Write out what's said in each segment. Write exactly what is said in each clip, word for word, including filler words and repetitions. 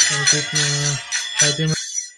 Hare Krishna. Happy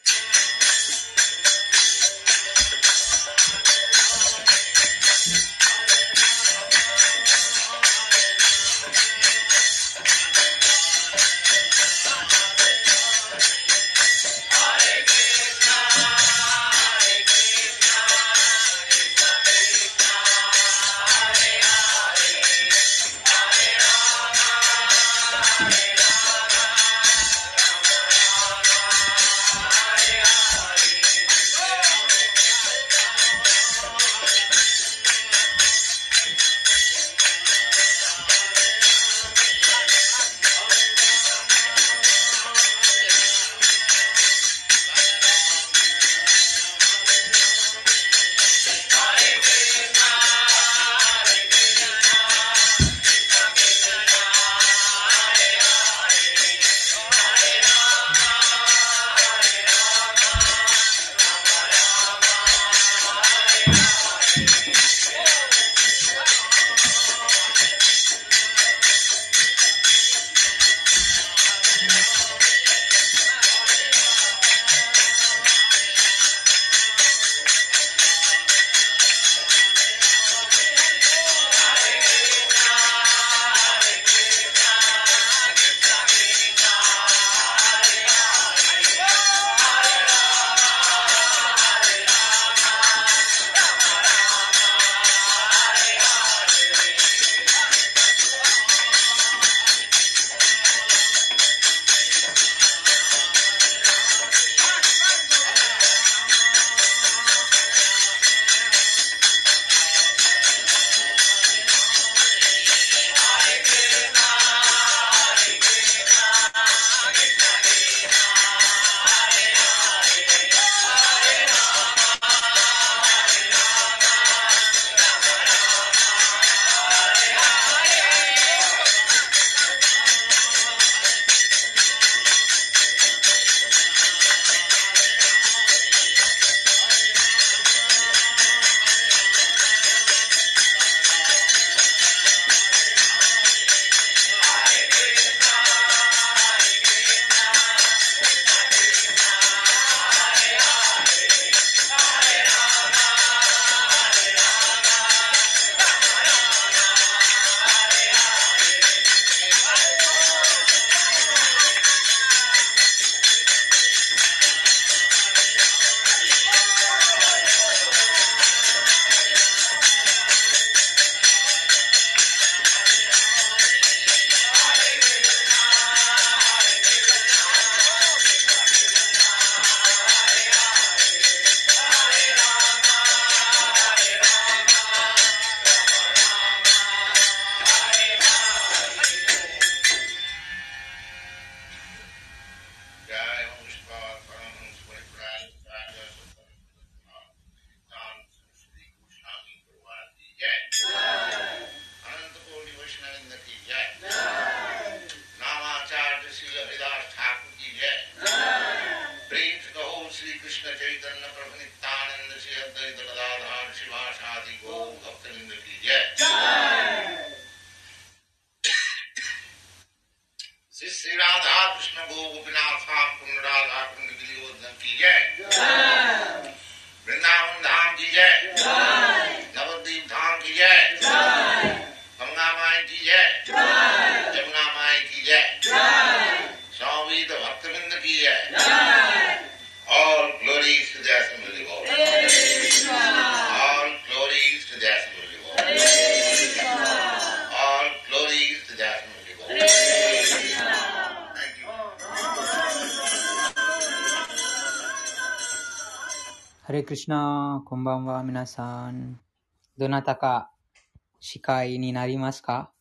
Hare Krishna、こんばんは、皆さん。どなたか司会になりますか？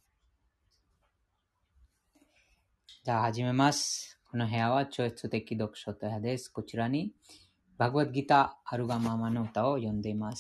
じゃあ始めます。この部屋は超越的読書部屋です。こちらにバグワッドギター、アルガママの歌を読んでいます。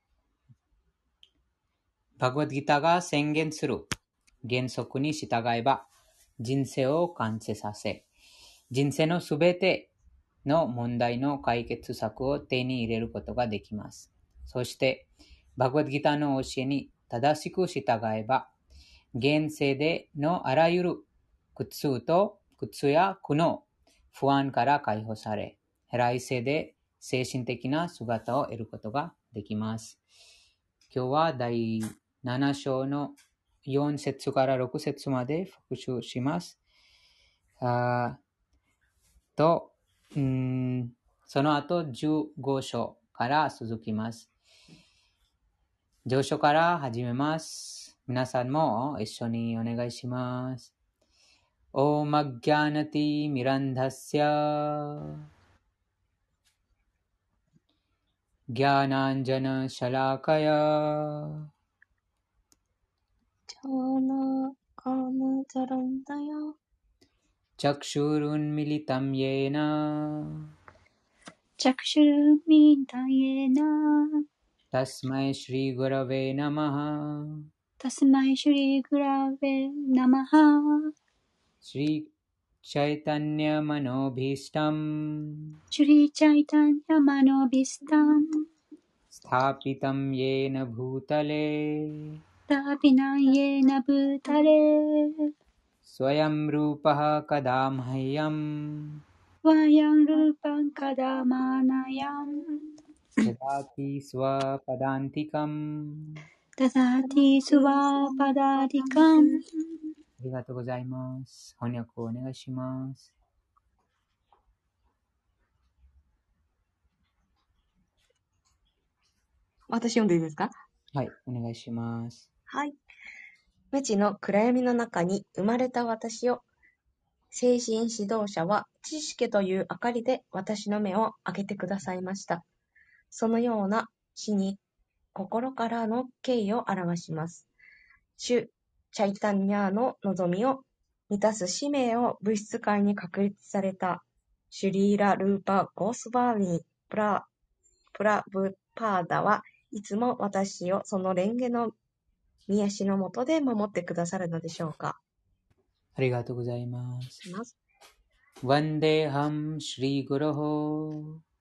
バグワッドギターが宣言する原則に従えば、人生を完成させ、人生のすべての問題の解決策を手に入れることができます。そして、バグワッドギターの教えに正しく従えば、現世でのあらゆる苦痛と苦痛や苦悩不安から解放され、来世で精神的な姿を得ることができます。今日はだいなな章のよん節からろく節まで復習します。あと、うーん、その後じゅうご章から続きます。上章から始めます。皆さんも一緒にお願いします。オーマッギャナティミランダスヤギャナンジャナシャラカヤチャーナカナチャランダヤチャクシュルンミリタムイェナチャクシュルミンタイエナタスマイシリグラベナマハタスマイシュリグラベナマハシリチャイタニャマノビスタムシュリチャイタンヤマノビスタンスタピタムイェナブータレタピナイエナブタレスワヤムルーパハカダムハヤムワヤンルーパンカダマナヤンダダティスワパダンティカムダダティスワパダディカン。 ありがとうございます。翻訳をお願いします。 私読んでいいですか？ はい、お願いします。 はい。無知の暗闇の中に生まれた私を、精神指導者は知識という明かりで私の目を開けてくださいました。そのような死に心からの敬意を表します。主チャイタンニャーの望みを満たす使命を物質界に確立されたシュリーラ・ルーパ・ゴースバーニー・プラ・プラブパーダはいつも私をその蓮華の御足の下で守ってくださるのでしょうか。 ありがとうございます。 します。 ワンデハムシリグロホ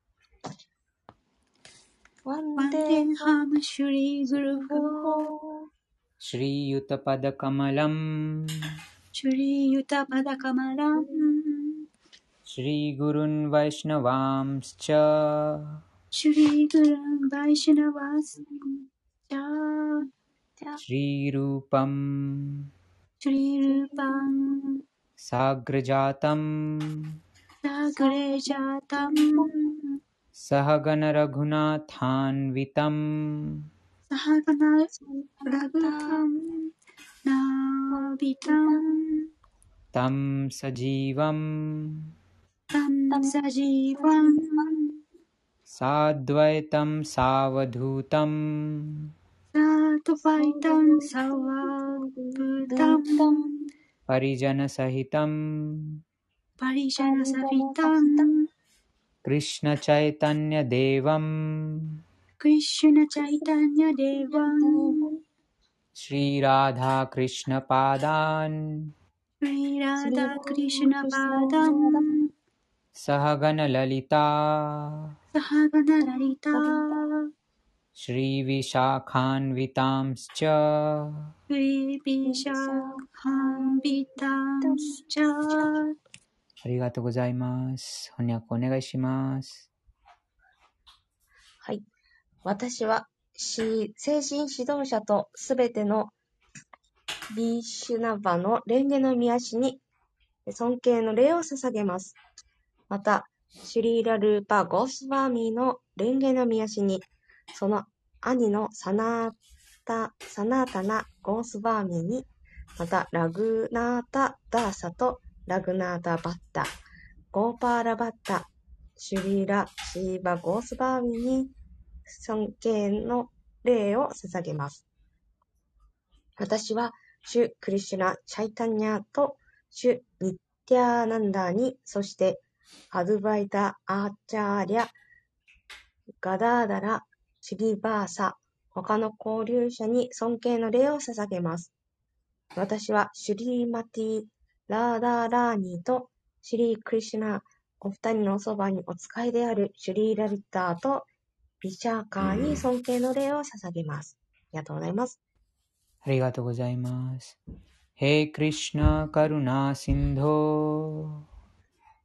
ワンワンデデンハムシュリグルホシリユタパダカマラムシュリユタパダカマランシリグルンバイシナワムスチャシュリグルンバイシナワスチャーシリルーパムシュリルパンサグラジャタムサグレジャタムサハガナラグナタンヴィタムサハガナラグタムナビタムタムサジーワムタムサジワンサドワイタムサワドゥタムサトバイタムサワブタムパリジャナサヒタムパリシャナサビタムクリシュナチャイタニャデーワムクリシュナチャイタニャデワンシリラダクリシュナパダンシリラダクリシュナパダンサハガナラリタサハガナラリタシリヴィシャカンヴィタムスチャクリビシャハンビタンスチャー。 ありがとうございます。翻訳お願いします。 はい。私はし精神指導者とすべてのビーシュナバの蓮華の御足に尊敬の礼を捧げます。また、シュリーラ・ルーパ・ゴースワーミーの蓮華の御足に、その兄のサナータ、サナータナ・ゴースワーミーに、また、ラグナータ・ダーサとラグナータ・バッタ、ゴーパーラ・バッタ、シュリーラ・シーバ・ゴースワーミーに尊敬の礼を捧げます。私は、シュ・クリシュナ・チャイタニャとシュ・ニッティアーナンダーに、そして、アドゥバイタ・アーチャーリャ、ガダーダラ、シリバーサ、他の交流者に尊敬の礼を捧げます。私はシュリーマティ・ラーダーラーニーとシュリー・クリシュナ、お二人のそばにお仕えであるシュリー・ラリッターとビシャーカーに尊敬の礼を捧げます。ありがとうございます。 ありがとうございます。へイクリシュナカルナシンド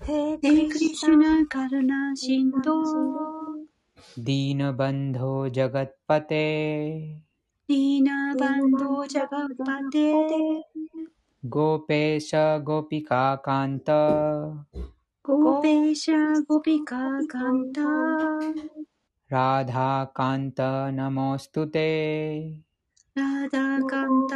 हे हे कृष्ण करुणा सिंधु दीनबन्धो जगत्पते दीनबन्धो जगत्पते गोपेश गोपिकान्त गोपेश गोपिका कान्त राधाकान्त नमोऽस्तुते राधाकान्त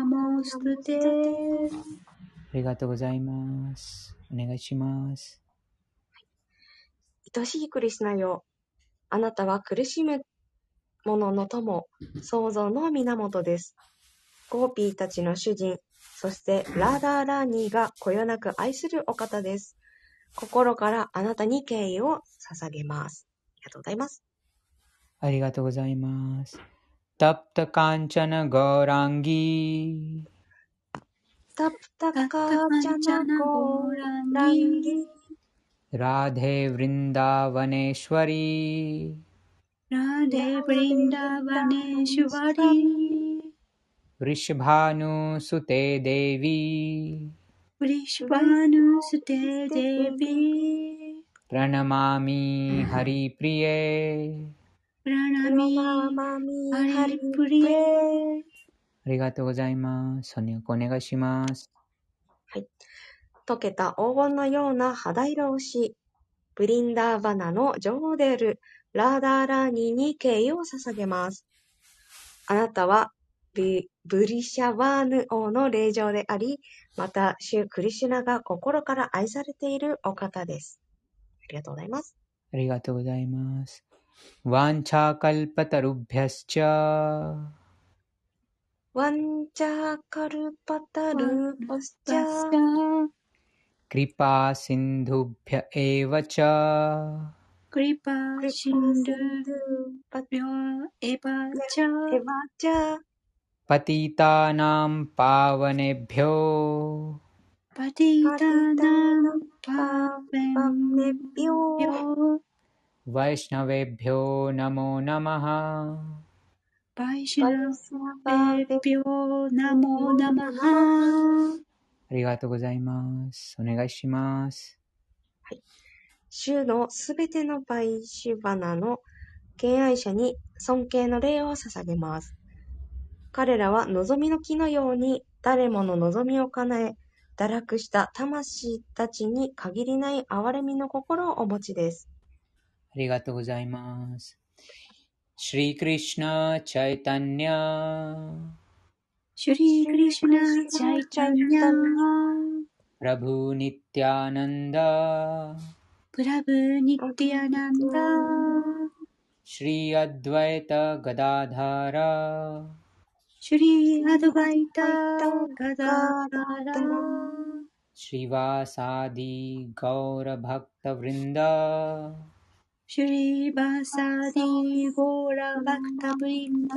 नमोस्तुते ありがとうございます。お願いします。 愛しいクリシュナよ、あなたは苦しむ者の友、創造の源です。ゴーピーたちの主人、そしてラーダーラーニーがこよなく愛するお方です。心からあなたに敬意を捧げます。ありがとうございます。 ありがとうございます。タプタカンチャナゴーランギータプタタッカタカーチャンチャナナゴゴーーランランギギラデヴリンダーヴァネシュワリーラデブリンダバネシュワリヴリシュバヌステデビブリシュバヌステデビプラナマミハリプリエプラナプラミナマミハハリリプリプレエありがとうございます。翻訳お願いします。 はい。溶けた黄金のような肌色をし、ブリンダーバナの女王であるラーダーラーニーに敬意を捧げます。あなたはビブリシャバーヌ王の霊場であり、また、シュクリシュナが心から愛されているお方です。ありがとうございます。 ありがとうございます。ワンチャーカルパタルビャスチャワンチャーカルパタルーパスチャバスタークリパーシンドゥビャエヴァチャクリパクリパシンドゥシンドゥパビョエバチャエバチャーパティタナムパワネビョパティタナムパパベパネンビョビーョワイシナベビョナモナマハバイシュバイナスナバベベビョナモナマハありがとうございます。お願いします。 主のすべてのバイシュバナの敬愛者に尊敬の礼を捧げます。彼らは望みの木のように誰もの望みを叶え、堕落した魂たちに限りない憐れみの心をお持ちです。 ありがとうございます。シュリークリシュナチャイタニャシュリークリシュナチャイタニャプラブニティアナンダプラブニッティアナンダシュリーアドワイタガダダラシュリーアドバイタガダダラシリワサディガウラバクタヴリンダシュリーバサディゴーラバクタブリンダ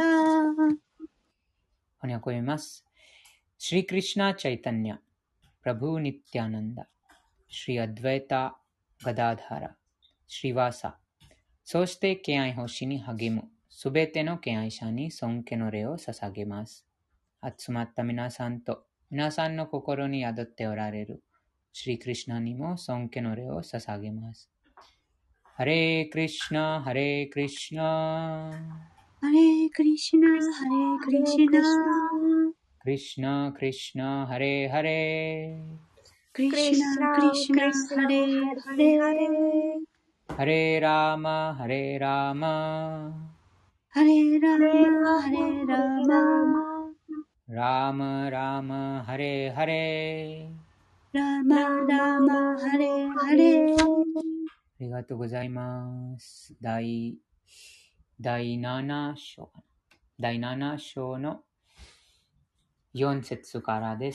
翻訳を読みます。シリクリシュナチャイタニャプラブニティアナンダシリアドワイタガダダラシリワサそして敬愛奉仕に励むすべての敬愛者に尊敬の礼を捧げます。集まった皆さんと皆さんの心に宿っておられるシリクリシュナにも尊敬の礼を捧げます。ハレークリシュナ、ハレークリシュナ、 ハレークリシュナ、ハレークリシュナ、 クリシュナ、クリシュナ、ハレーハレー、 クリシュナ、クリシュナ、ハレーハレー、 ハレーラーマ、ハレーラーマ、 ハレーラーマ、ハレーラーマ、 ラーマ、ラーマ、ハレーハレー、 ラーマ、ラーマ、ハレーハレー。 ありがとうございます。第、第七章かな。第七章の四節からです。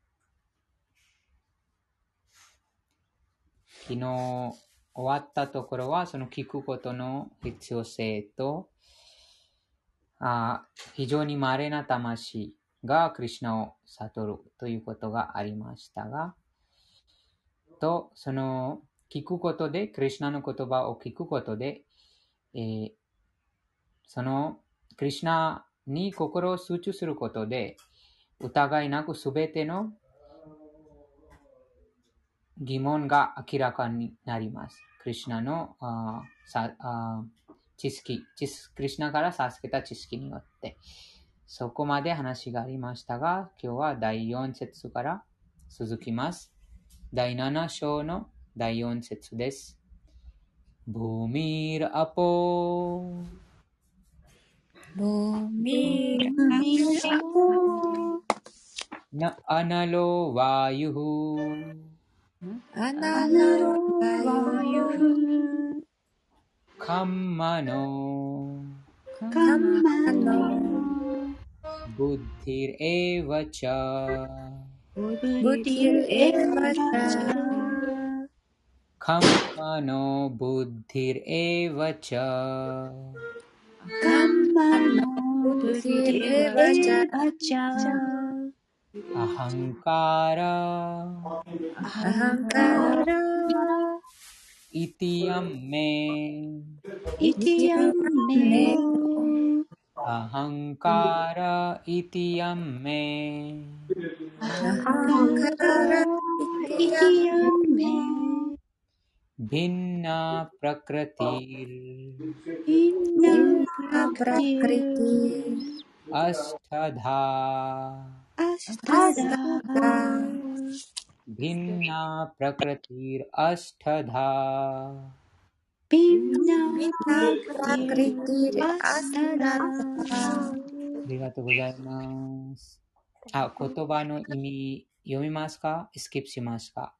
昨日終わったところは、その聞くことの必要性と、あ非常に稀な魂がクリシュナを悟るということがありましたが、と、その聞くことで、クリシュナの言葉を聞くことで、えー、そのクリシュナに心を集中することで、疑いなくすべての疑問が明らかになります。クリシュナのあさあ知識知識、クリシュナから授けた知識によって、そこまで話がありましたが、今日はだいよん節から続きます。だいなな章のだいよん節です。ブーミールアポーボミラミルアポなアナロワユフアアナナロロワワユユフカンマノカンマノブッディルエヴァチャブブデディルィルエエヴァヴァチャチャカンマノブッディルエヴァチャカンマノブブデディルィルエエヴァチャヴァチャアハンカラアアハンハンカカラライティアンメイティアンメアハンカライティアンメアアハハンンカカラライティアンメビンナプラクラティルインイナンプナラクテプラクリティィアスタダアスタアスダタビンナプラクラティルアスタダビンナミプラナプクテラクリティィアアススタダタありがとうございます。あ、言葉の意味読みますか？スキップしますか？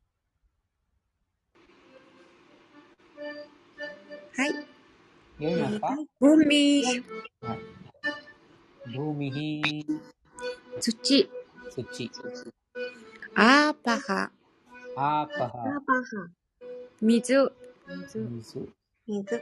はい読みますか？ ボミはい。ブーミヒ土土アーパハアーパハアーパハ、 水水水、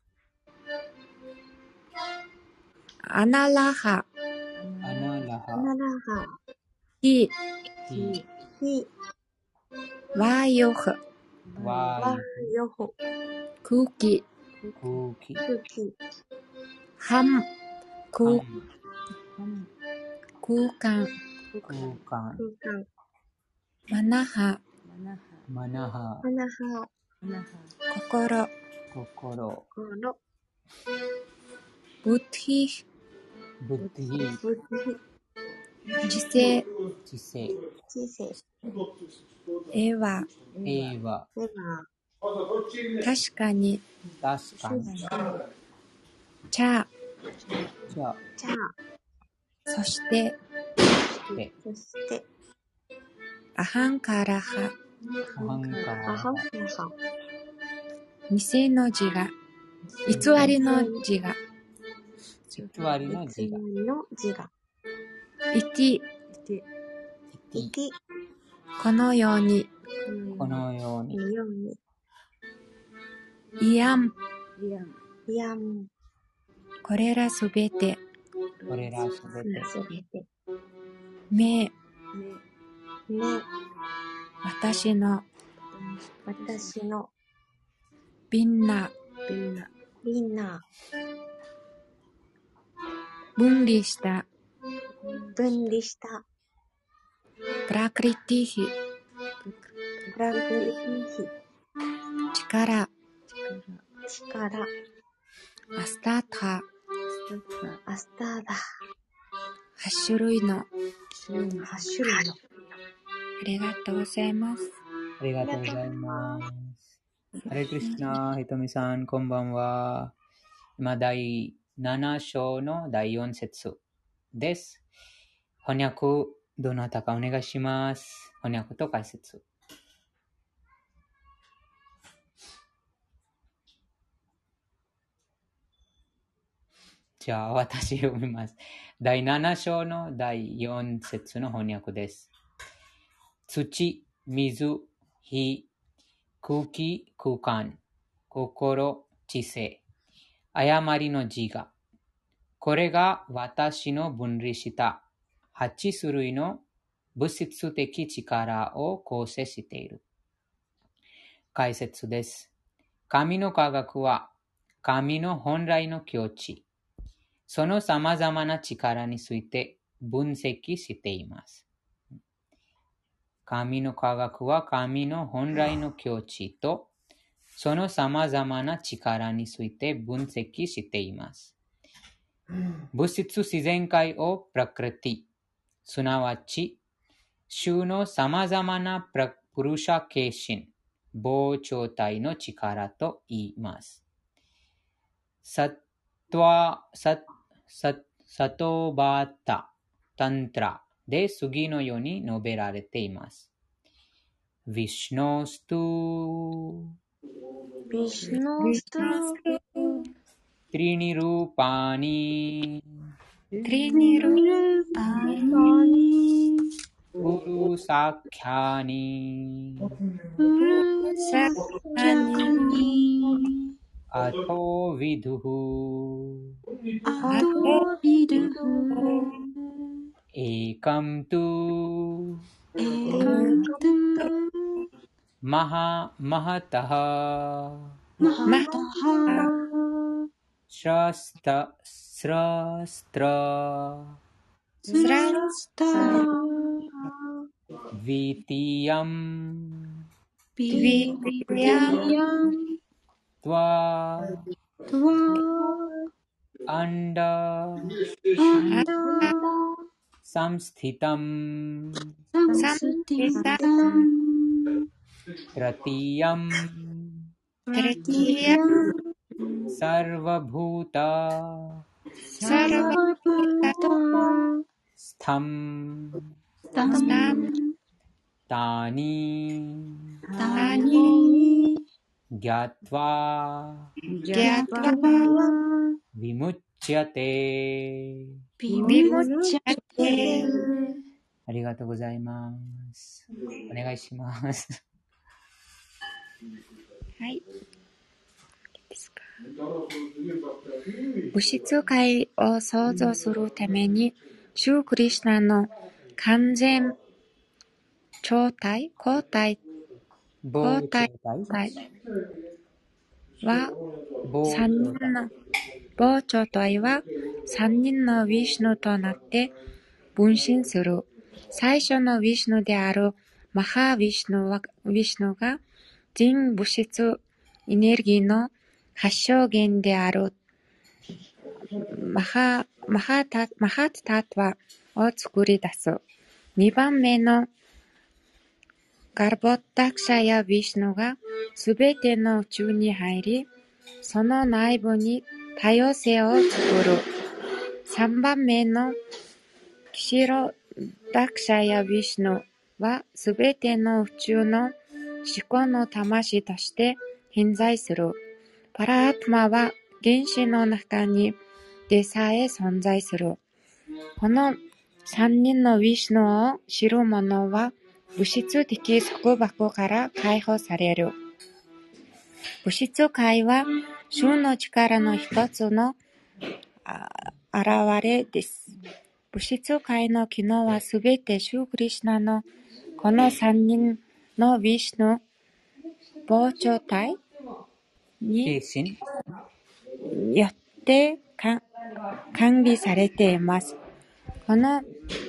アナラハアナラアハナラハ、 ヒヒヒ、 ワヨフワワイヨホ、 空気空気空気、 ハムハ空ン空間空間空間、 マナハマナハマナハ、 心心心、 ブッディブッディブッデ知性知性ィ、知性、 エヴァエーワレバ確かに確かにチャーじゃあー、チャー、 そしてでそして、 アハンカラハアハンカアハンラカラハ、 偽の字が偽りの字が偽りの字が偽りの字が、 イティイテイティ、 このようにこのようにのように、 イヤンいやん、 これらすべてこれらすべてすべて、 めね、 私の私の、 ビンナみんな、 分離した分離した、 プラクリティヒプラクリティ力力、 アスタータアスターダ、 はち種類のはち種類の、 ありがとうございます。 ありがとうございます。ハレクリシュナ、ひとみさん、こんばんは。今、だいなな章のだいよん節です。翻訳、どなたかお願いします。翻訳と解説。じゃあ、私読みます。だいなな章のだいよん節の翻訳です。土、水、火、空気、空間、心、知性、誤りの自我。これが私の分離したはち種類の物質的力を構成している。解説です。神の科学は神の本来の境地、その様々な力について分析しています。 神の科学は神の本来の境地とその様々な力について分析しています。物質自然界をプラクリティ、すなわち種の様々なプルシャ系心、膨張体の力と言います。サトワ、サ、サ、サトバータ、タントラで次のように述べられています。ヴィシュノストゥ、 ヴィシュノストゥ、 トリニルーパーニ、 トリニルルパニプルサキャニ、 プルサキャニアトヴィドゥフ、 アトビルフエーカムトゥ、 エカントゥマハ、マハタハ、 マハタハシャスタ、スラストラ、 スラスタヴィティヤム、 ビビヤントワ、 トワアンダ、 アンダサムスティタム、 サムスティタントラティヤム、 トレティアサルヴァブータ、 サラバブタスタム、 タンタニ、 タニギャトワ、 ギャババヴィムッチャテ。 ビビムチムチャャテありがとうございます。お願いします。 はい。ですか。物質界を創造するために、シュークリシュナの完全超体、交代、交代は三人の膨張体は三人のヴィシュヌとなって分身する。最初のヴィシュヌであるマハヴィシュヌは、ヴィシュヌが全物質エネルギーの発祥源であるマハ、マハタ、マハタタワを作り出す。二番目のガルボッタクシャやヴィシュヌがすべての宇宙に入り、その内部に多様性を作る。三番目のキシロダクシャやヴィシュヌはすべての宇宙の思考の魂として偏在する。パラアトマは原子の中にでさえ存在する。この三人のヴィシュヌを知る者は物質的束縛から解放される。物質界は主の力の一つの現れです。物質界の機能はすべてシュークリシュナのこの三人のヴィシュヌ膨張体によって管理されています。この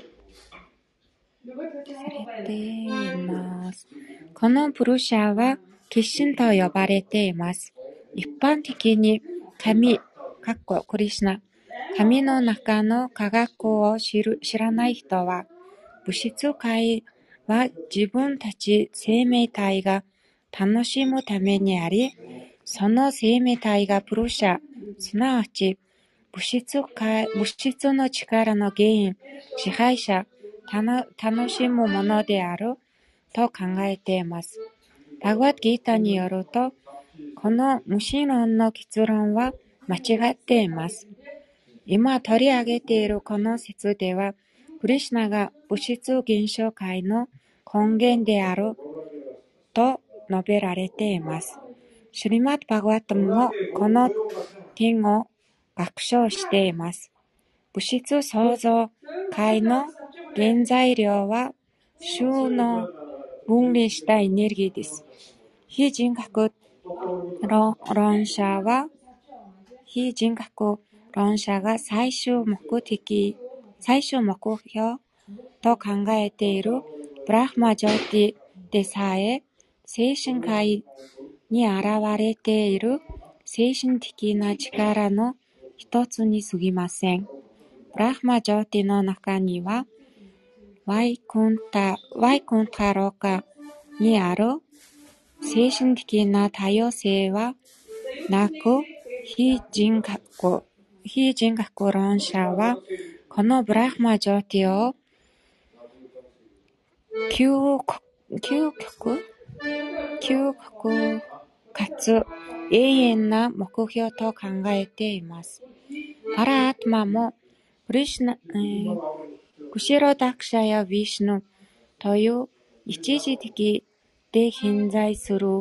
されています。このプルシャはキシンと呼ばれています。一般的に神、かっこクリシュナ、神の中の科学を知る、知らない人は、物質界は自分たち生命体が楽しむためにあり、その生命体がプルシャ、すなわち物質界、物質の力の原因、支配者、楽しむものであると考えています。バガヴァッドギータによると、この無神論の結論は間違っています。今取り上げているこの説では、クリシュナが物質現象界の根源であると述べられています。シュリマッド・バガヴァットもこの点を学習しています。物質創造界の原材料は主の分離したエネルギーです。非人格論者は、非人格論者が最終目的、最終目標と考えているブラフマジョーティでさえ、精神界に現れている精神的な力の一つに過ぎません。ブラフマジョーティの中には、ワイクンタ、ワイクンタロカにある精神的な多様性はなく、非人格、非人格論者は、このブラフマジョーティを究極、究極、究極かつ永遠な目標と考えています。パラアトマも、クリシュナ、えー、クシロダクシャやヴィシュヌという一時的で偏在する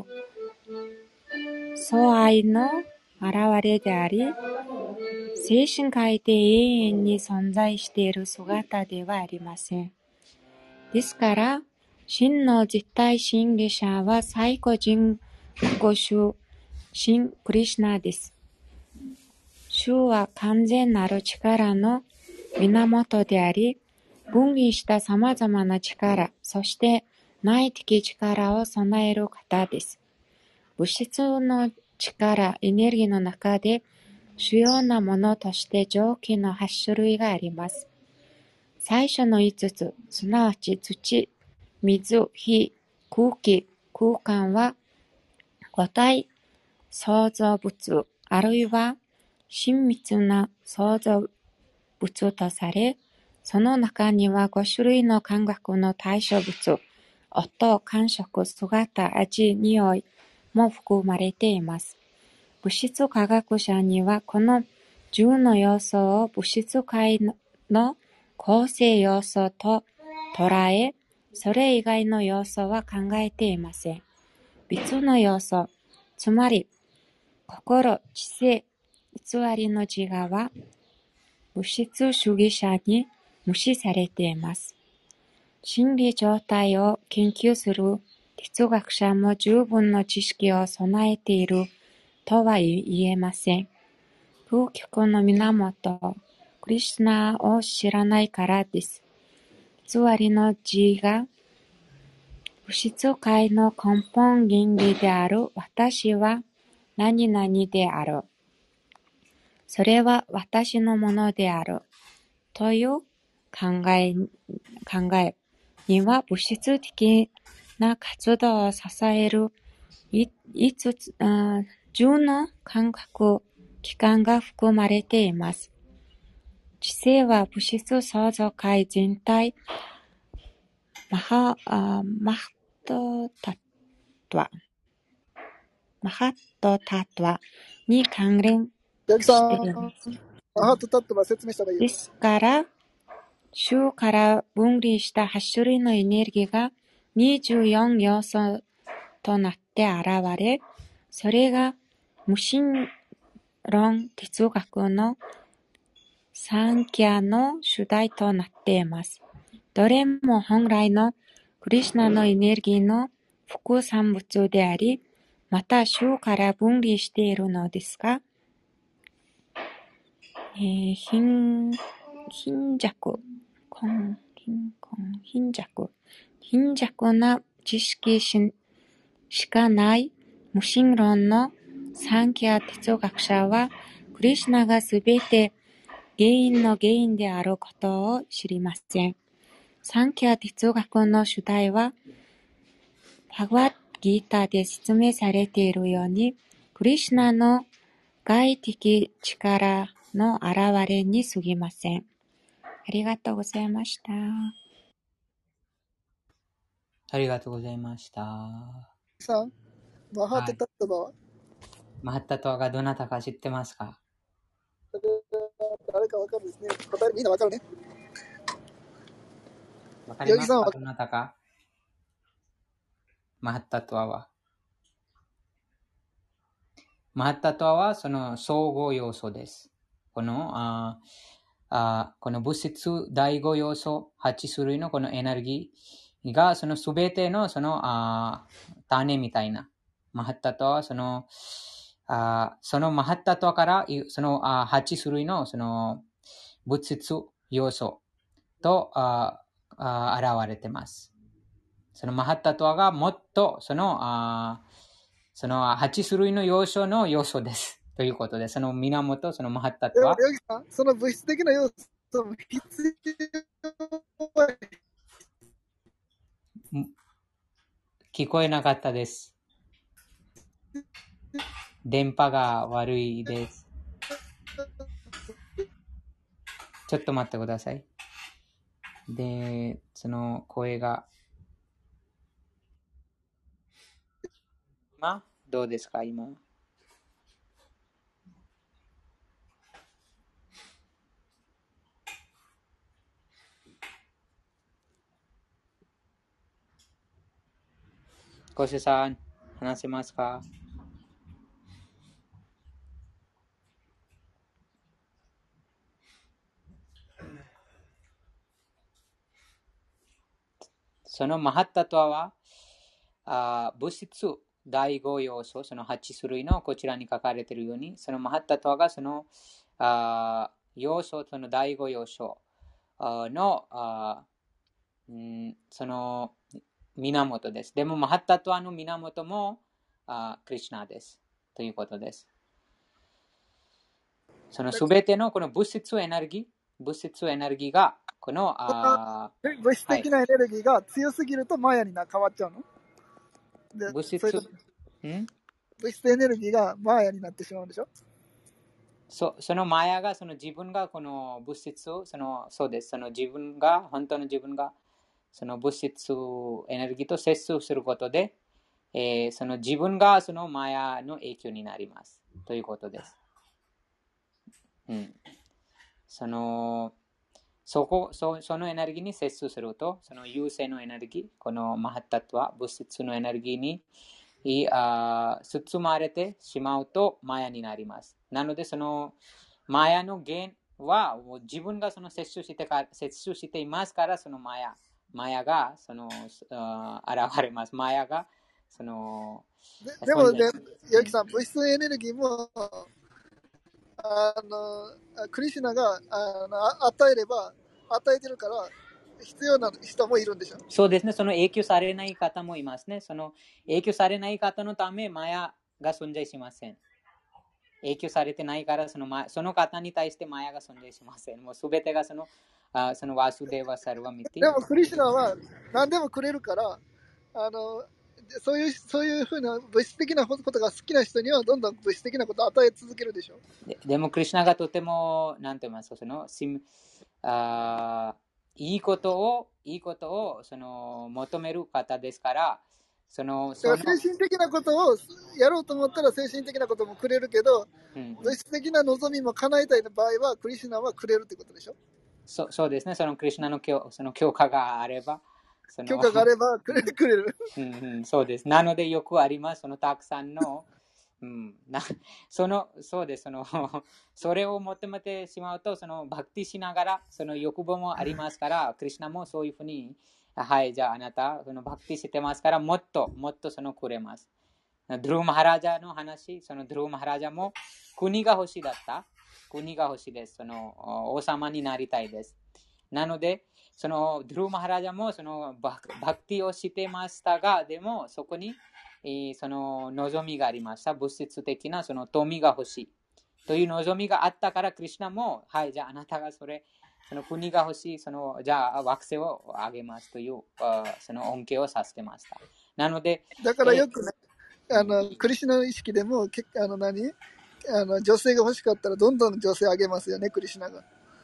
相愛の現れであり、精神界で永遠に存在している姿ではありません。ですから、真の実体真理者は最高人格主、神クリシュナです。主は完全なる力の源であり、分離した様々な力、そして内的力を備える方です。物質の力、エネルギーの中で主要なものとして蒸気のはち種類があります。最初のいつつ、すなわち土、水、火、空気、空間は五体創造物、あるいは親密な創造物とされ、その中にはご種類の感覚の対象物、音、感触、姿、味、匂いも含まれています。物質科学者にはこのじゅうの要素を物質界の構成要素と捉え、それ以外の要素は考えていません。別の要素、つまり心、知性、偽りの自我は物質主義者に無視されています。心理状態を研究する哲学者も十分の知識を備えているとは言えません。究極の源、クリシュナを知らないからです。偽りの自我、物質界の根本原理である私は何々である。それは私のものである。という考え、考えには物質的な活動を支える五つ、十の感覚器官が含まれています。知性は物質創造界全体、マハ、マハトタトワ、マハトタトワに関連八木さしていん、 ます。 マハトタットは説明した方がいいよ。 ですから、主から分離したはち種類のエネルギーがにじゅうよん要素となって現れ、それが無神論哲学のサンキャの主題となっています。どれも本来のクリシュナのエネルギーの副産物であり、また主から分離しているのですが、えー、貧、貧弱、貧、貧、貧弱、貧弱な知識し、しかない無神論のサンキャ哲学者は、クリシュナがすべて原因の原因であることを知りません。サンキャ哲学の主題は、バガワッドギータで説明されているように、クリシュナの外的力の現れに過ぎません。ありがとうございました。 ありがとうございました。 さん、マハトタットは、 マハッタトワがどなたか知ってますか？ 誰かわかるですね。答えみんなわかるね。 わかりますか？ 八木さんはどなたか？マハッタトワは。マハッタトワはその総合要素です。この、ああこの物質第五要素、はち種類のこのエネルギーがそのすべてのそのあ種みたいな。マハッタトワはそのあそのマハッタトワからそのあはち種類のその物質要素とああ現れています。 そのマハッタトワがもっとその、あそのはち種類の要素の要素です。ということで、その源、そのマハッタトワ。 ヨギさん、その物質的な要素も必要。 聞こえなかったです。電波が悪いです。ちょっと待ってください。で、その声が。今どうですか今。コシさん、話せますか？そのマハッタトワは、あ物質だいご要素、そのはち種類のこちらに書かれているように、そのマハッタトワがそのあ要素、そのだいご要素のあ、うん、その源です。でもマハッタトワの源もあクリシュナです。ということです。そのすべてのこの物質エネルギー、物質エネルギーがこのあ物質的なエネルギーが強すぎるとマヤにな変わっちゃうの？で物質、 ん物質エネルギーがマヤになってしまうんでしょ？ そ, そのマヤがその自分がこの物質をそのそうです。その自分が本当の自分がその物質エネルギーと接触することで、えー、その自分がそのマヤの影響になりますということです。うん、そのそこ そ, そのエネルギーに接触すると、その優勢のエネルギー、このマハッタトワ、物質のエネルギーにあ包まれてしまうとマヤになります。なので、そのマヤの原は自分がその接触してか接触していますから、そのマヤ、マヤがその現れます。マヤがそので, でもね、ヨギさん、物質エネルギーもあのクリシュナがあの与えれば与えてるから必要な人もいるんでしょ？ そうですね。その影響されない方もいますね。その影響されない方のためマヤが存在しません。影響されてないからその、その方に対してマヤが存在しません。もうすべてがそのあそのワスデーワサルワミティ。 でもクリシュナは何でもくれるからあのそういうそういうふうな物質的なことが好きな人にはどんどん物質的なことを与え続けるでしょ。 で, でもクリシュナがとても何て言いますか、そのあいいことをいいことをその求める方ですから、そのそのだから精神的なことをやろうと思ったら精神的なこともくれるけど、うん、物質的な望みも叶えたい場合はクリシュナはくれるってことでしょ。 そ う, そうですね。そのクリシュナの許その許可があればその許可があればくれてくれるうん、うん、そうです。なのでよくあります。そのたくさんの、うん、なそのそうです。そのそれを求めてしまうと、そのバクティしながらその欲望もありますから、クリシュナもそういうふうに、はい、じゃああなたそのバクティしてますから、もっともっとそのくれます。ドゥルーマハラジャの話、そのドゥルーマハラジャも国が欲しいだった。国が欲しいです。その王様になりたいです。なので、そのドゥルーマハラジャもそのバクティをしてましたが、でもそこに、えー、その望みがありました。物質的なその富が欲しいという望みがあったから、クリシュナも、はい、じゃああなたがそれ、その国が欲しい、そのじゃあ惑星をあげますというその恩恵をさせてました。なので、 だからよくね、えー、あのクリシュナの意識でもけあの何あの女性が欲しかったらどんどん女性あげますよね、クリシュナが。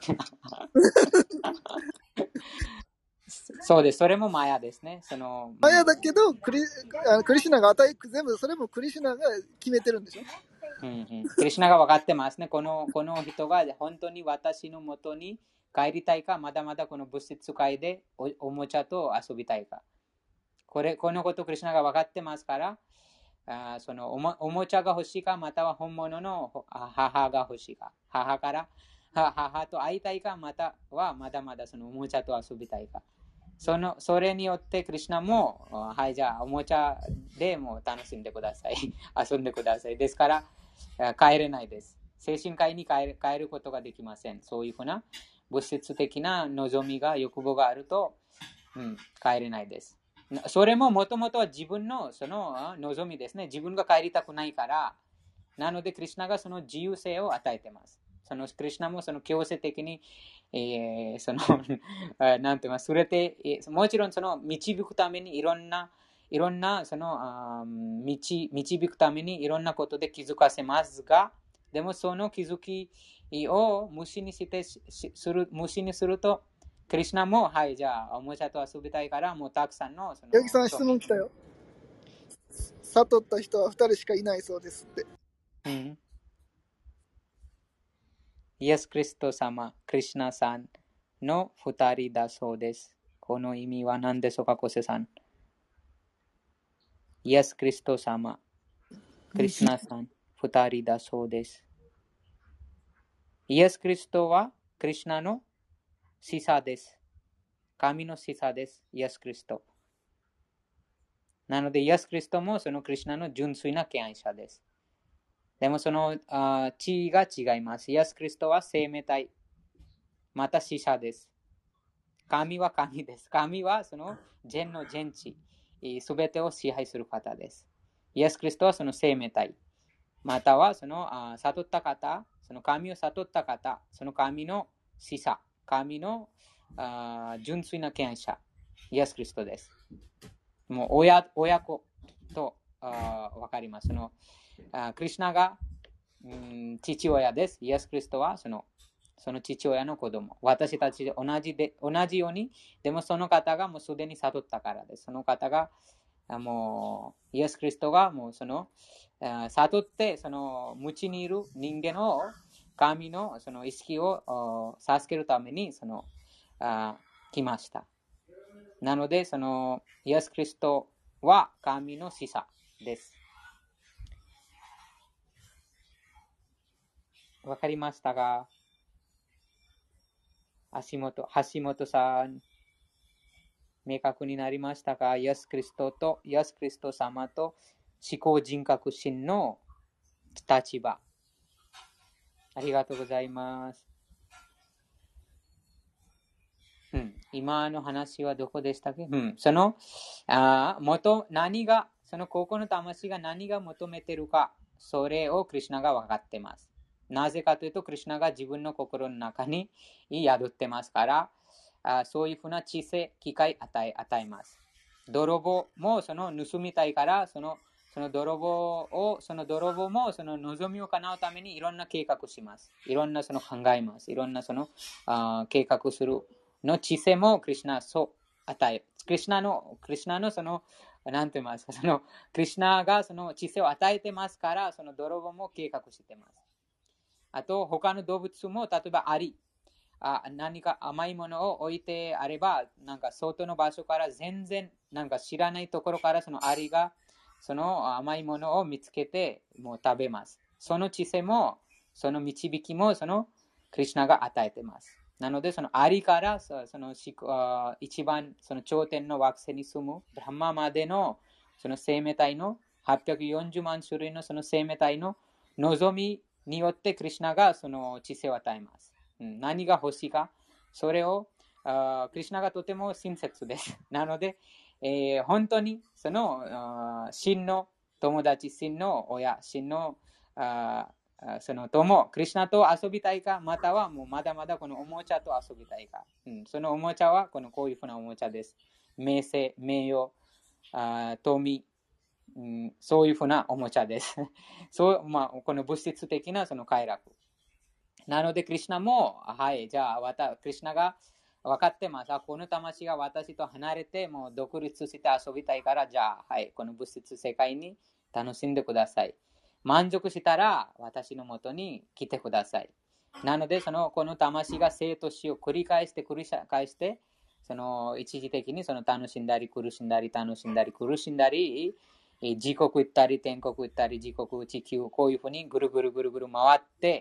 そうです。それもマヤですね。そのマヤだけどクリ、あのクリシュナが与え全部それもクリシュナが決めてるんでしょ。 うんうん、クリシュナが分かってますね。このこの人が本当に私のもとに帰りたいか、まだまだこの物質界で お, おもちゃと遊びたいか。これこのことクリシュナが分かってますから、あその お, もおもちゃが欲しいか、または本物の母が欲しいか。母から母と会いたいか、またはまだまだそのおもちゃと遊びたいか。そのそれによってクリシュナも、はい、じゃあおもちゃでも楽しんでください。遊んでください。ですから、帰れないです。精神界に帰る、帰ることができません。そういうふうな物質的な望みが、欲望があると、うん、帰れないです。 それももともとは自分のその望みですね。自分が帰りたくないから。なので、クリシュナがその自由性を与えています。そのクリシュナもその強制的に、えー、そのなんて言います、それで、もちろんその導くためにいろんな、いろんなその導、導くためにいろんなことで気づかせますが、でもその気づきを無視にしてする、無視にすると、クリシュナも、はい、じゃあ、おもちゃと遊びたいから、もうたくさんの、その、 八木さん、質問来たよ。悟った人はふたりしかいないそうですって。 うん。イエス・クリスト様、クリシュナさんのふたりだそうです。この意味は何でしょうか、コセさん。イエス・クリスト様、クリシュナさん、ふたりだそうです。イエス・クリストはクリシュナの使者です。神の使者です。イエス・クリスト。なので、イエス・クリストもそのクリシュナの純粋な敬愛者です。でもそのあ地位が違います。イエス・クリストは生命体、また使者です。神は神です。神はその全の全地、すべてを支配する方です。イエス・クリストはその生命体、またはそのあ悟った方、その神を悟った方、その神の使者、神のあ純粋な敬愛者、イエス・クリストです。もう 親, 親子とわかります。そのあクリシュナが、うん、父親です。イエス・クリストはそのその父親の子供。私たちで同じで同じように、でもその方がもうすでに悟ったからです。その方がもうイエス・クリストがもうその悟ってその無知にいる人間を神のその意識を授けるためにそのあ来ました。なのでそのイエス・クリストは神の使者です。わかりましたか？足元、橋本さん、明確になりましたか？イエス・クリストと、イエス・クリスト様と思考人格心の立場。ありがとうございます。うん、今の話はどこでしたっけ？うん、その、あ元、何が、そのここの魂が何が求めているか、それをクリシュナが分かっています。なぜかというと、クリシュナが自分の心の中に宿ってますから、あそういうふうな知性、機会を与え、与えます。泥棒もその盗みたいから、そのその泥棒を、その泥棒もその望みを叶うためにいろんな計画します。いろんなその考えます。いろんなそのあ計画するの知性もクリシュナはそう与える。クリシュナの、クリシュナのその、なんて言いますか、そのクリシュナがその知性を与えてますから、その泥棒も計画してます。あと、他の動物も、例えばアリ、あ何か甘いものを置いてあれば、なんか外の場所から全然なんか知らないところからそのアリがその甘いものを見つけてもう食べます。その知性もその導きもそのクリシュナが与えてます。なのでそのアリからその一番その頂点の惑星に住むブラハマまでのその生命体のはっぴゃくよんじゅうまん種類のその生命体の望みによってクリシュナがその知性を与えます。何が欲しいか、それをあクリシュナがとても親切です。なので、えー、本当にその真の友達、真の親、真のあその友、クリシュナと遊びたいか、またはもうまだまだこのおもちゃと遊びたいか。うん、そのおもちゃはこのこういうふうなおもちゃです。名声、名誉、あ富、うん、そういうふうなおもちゃです。そう、まあ、この物質的なその快楽。なので、クリシュナも、はい、じゃあ、わたクリシュナが分かってます。この魂が私と離れて、もう独立して遊びたいから、じゃあ、はい、この物質世界に楽しんでください。満足したら、私のもとに来てください。なので、そのこの魂が生と死を繰り返して、繰り返して、その一時的にその楽しんだり、苦しんだり、楽しんだり、苦しんだり、地獄行ったり、天国行ったり、地獄、地球、こういうふうにぐるぐるぐるぐる回って、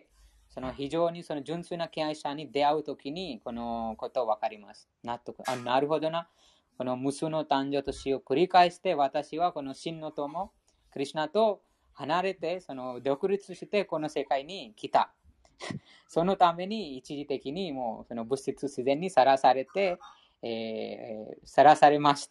その非常にその純粋な敬愛者に出会うときにこのこと分かります。納得。あ、なるほどな。この無数の誕生と死を繰り返して、私はこの真の友、クリシュナと離れて、その独立してこの世界に来た。そのために一時的にもうその物質自然にさらされて、えー、さらされました。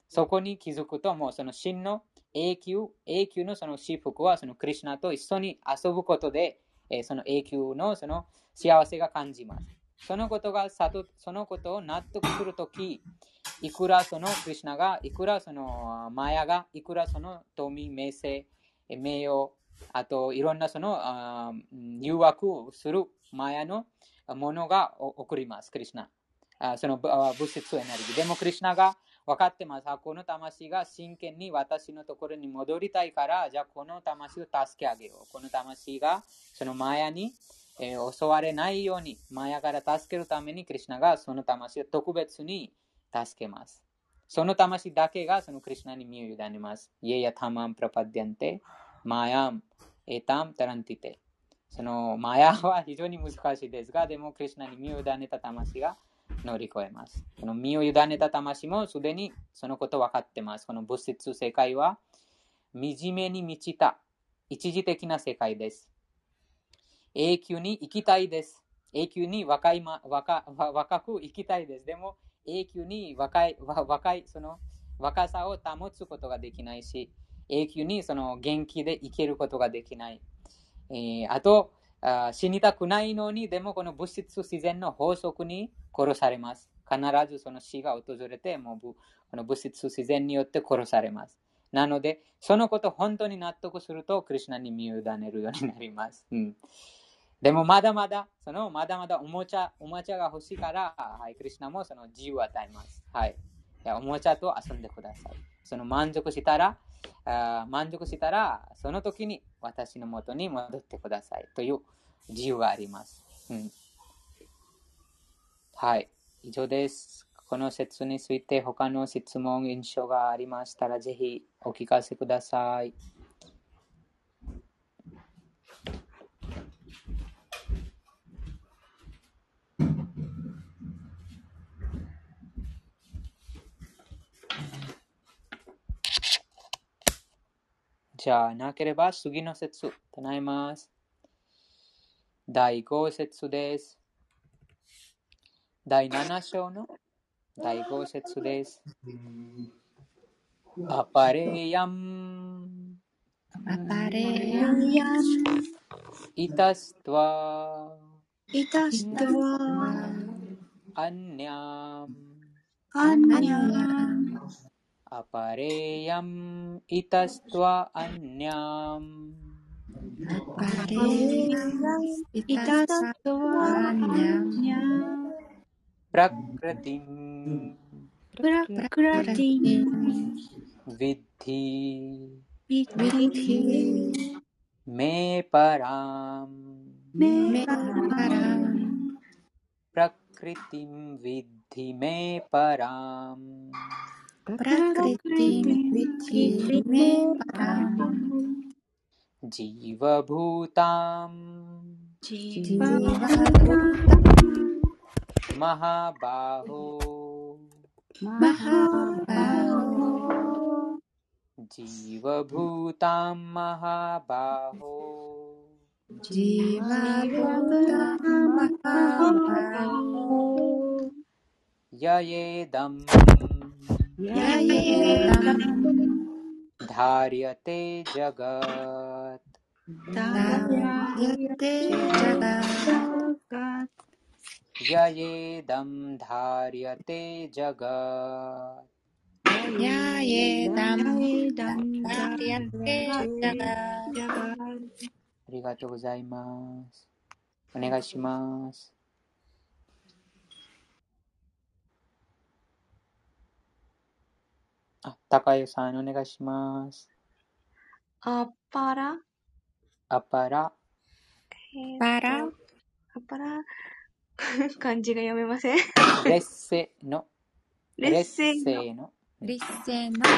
そこに気づくと、もうその真の永久、永久のその幸福はそのクリシュナと一緒に遊ぶことで、えー、その永久のその幸せが感じます。そのことが悟、そのことを納得するとき、いくらそのクリシュナが、いくらそのマヤが、いくらその富、名声、名誉、あといろんなその誘惑するマヤのものが送ります、クリシュナ。あその物質エネルギー。でもクリシュナが分かってます。この魂が真剣に私のところに戻りたいから、じゃあこの魂を助けあげよう。この魂がそのマヤに、えー、襲われないように、マヤから助けるためにクリシュナがその魂を特別に助けます。その魂だけがそのクリシュナに身を委ねます。イエヤタマンプラパディアンテ、マヤム、エタム、タランティテ。そのマヤは非常に難しいですが、でもクリシュナに身を委ねた魂が乗り越えます。この身を委ねた魂もすでにそのこと分かってます。この物質世界は惨めに満ちた一時的な世界です。永久に生きたいです。永久に若い、ま、若、若く生きたいです。でも永久に若い、若いその若さを保つことができないし、永久にその元気で生きることができない。えー、あとあ死にたくないのに、でもこの物質自然の法則に殺されます。必ずその死が訪れて、もうこの物質自然によって殺されます。なので、そのことを本当に納得すると、クリシュナに身を委ねるようになります。うん、でもまだまだ、そのまだまだおもちゃ、おもちゃが欲しいから、はい、クリシュナもその自由を与えます。はい。いやおもちゃと遊んでください。その満足したら、あ満足したら、その時に私の元に戻ってくださいという自由があります。うん、はい、以上です。この説について他の質問、印象がありましたら、ぜひお聞かせください。じゃあ、なければ次の説、唱えます。だいご節です。だいなな章のだいご節です。アパレヤンアパレヤンイタストワイタストワアンニャムアンニャアパレヤンイタストワアンニャムアパレヤンイタストワアンニャムプラクラティンプラクラティンヴィッティビッティメパラムメパパランプラクリティンヴィッティメパラムプラクリティンヴィッティメパランジーヴァブータムジジバーバマハバホマハバホジーヴァブータムマハバホジーバブタマハバホヤエダムヤエダンダリアテジャガーダヤテジャガヤエダムダリアテジャガーヤエダンエダンダヤテジャガありがとうございます。お願いします。あ、高代さんお願いします。 アパラアパラえーパラアパラ漢字が読めません。 レッセのレッセイのレッセのリッセの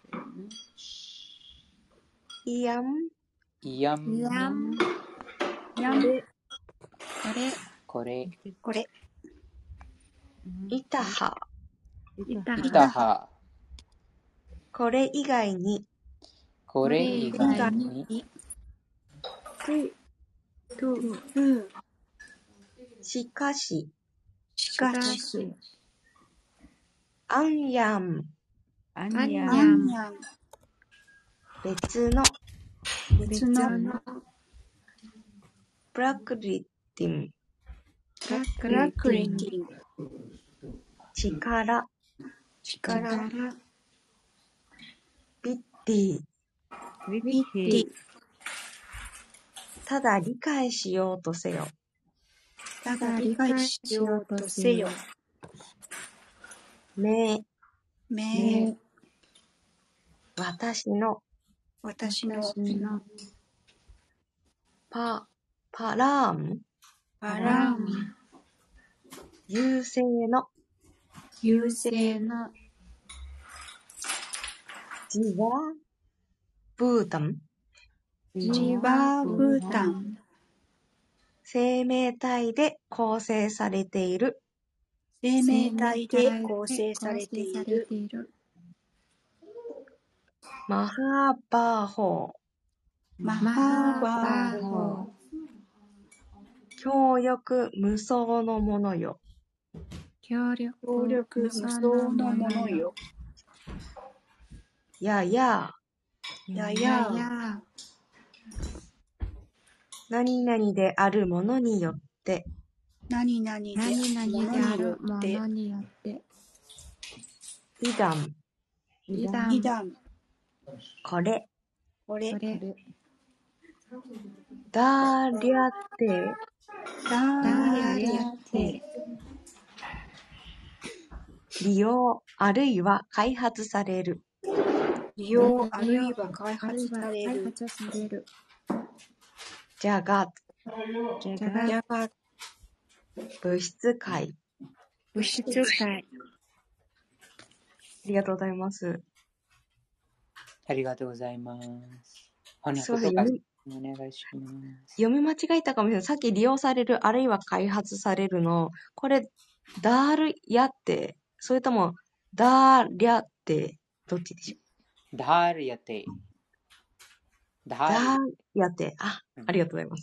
イヤンイヤンヤンヤンこれこれこれイタハイタイタハこれ以外にこれ以外にとうしかししかしアンヤンアンニアャン、 ンニャン、 別の別のプラクリティン、 プラプクラクリティン、 リティン、 力、 力、 ビッティ、 ウィビッティ、 ただ理解しようとせよ。 ただ理解しようとせよ。 め、 め、 私の、 私の私のパ、パラーム、 パラーム、 優勢の、 優性勢、 のジワ、ブータン、 ジワブータン、 生命体で構成されている生命体で構成されているマハーバーホママハーハバーバーホホー、強力無双のものよ。 協力協力無双のものよ。 やや、 ややや、 や何々であるものによって、 何々であ何々 るものであるによって、 ものによってイダン、 イダン、 イダン、 これ、 これ、 これ、 ダーリャテ、 ダーリャテ、 利用、あるいは開発される。 利用あるいは開発され開る。 発される。 ジャガ、 じゃやが、 が物質界。 物質界。 ありがとうございます。 ありがとうございます。翻すいません、 訳とか読み、 お願いします。 読み間違えたかもしれない。さっき利用される、あるいは開発されるの、これ、ダールヤって、それとも、ダーリャって、どっちでしょう。 ダールヤテ。ダダールーリャって、あ、ありがとうございます。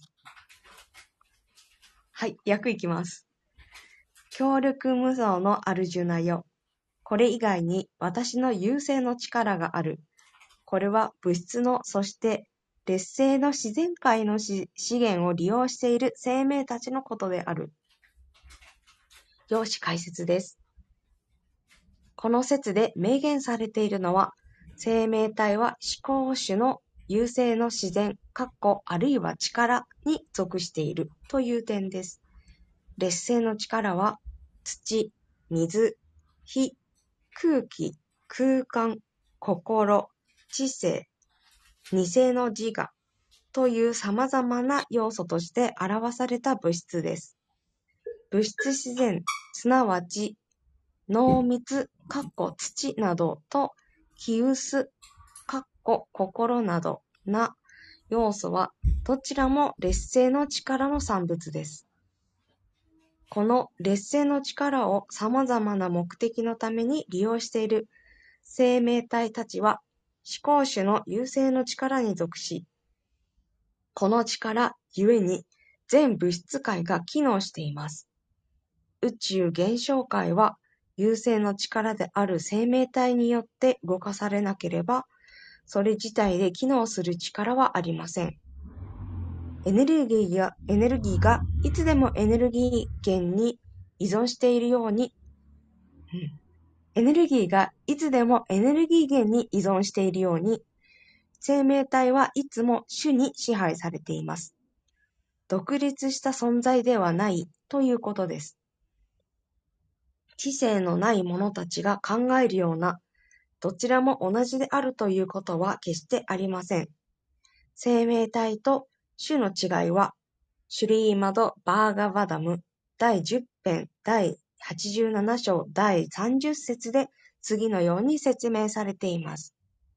はい、訳いきます。強力無双のアルジュナよ。これ以外に私の優勢の力がある。これは物質の、そして劣勢の自然界の資源を利用している生命たちのことである。要旨解説です。この説で明言されているのは、生命体は思考種の優勢の自然、あるいは力に属しているという点です。劣勢の力は、土、水、火、空気、空間、心、知性、二性の自我という様々な要素として表された物質です。物質自然、すなわち濃密、土などと気薄、心などな要素はどちらも劣勢の力の産物です。この劣勢の力を様々な目的のために利用している生命体たちは思考種の優勢の力に属し、この力ゆえに全物質界が機能しています。宇宙現象界は優勢の力である生命体によって動かされなければ、それ自体で機能する力はありません。エネルギーやエネルギーがいつでもエネルギー源に依存しているように、うん、エネルギーがいつでもエネルギー源に依存しているように、生命体はいつも主に支配されています。独立した存在ではないということです。知性のない者たちが考えるような、どちらも同じであるということは決してありません。生命体と種の違いは、シュリーマド・バーガヴァダムだいじゅっ編だいはちじゅうなな章だいさんじゅっ節で次のように説明されています。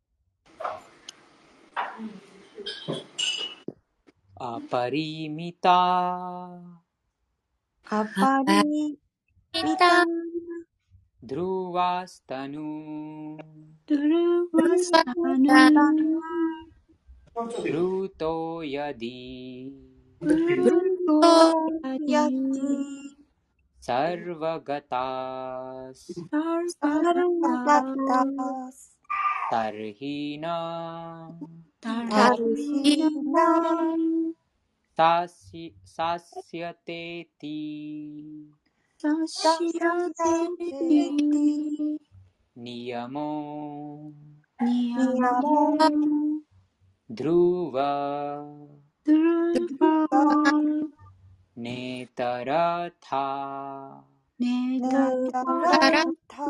アパリミタアパリミタドゥルワスタヌドゥルワスタヌドゥルトヤディドゥルブルトヤティサルバガタスサルバタスタルヒナタタルヒヒナサシサシャテティサシアティニヤモニヤモドゥワドゥバネタラタネタタラ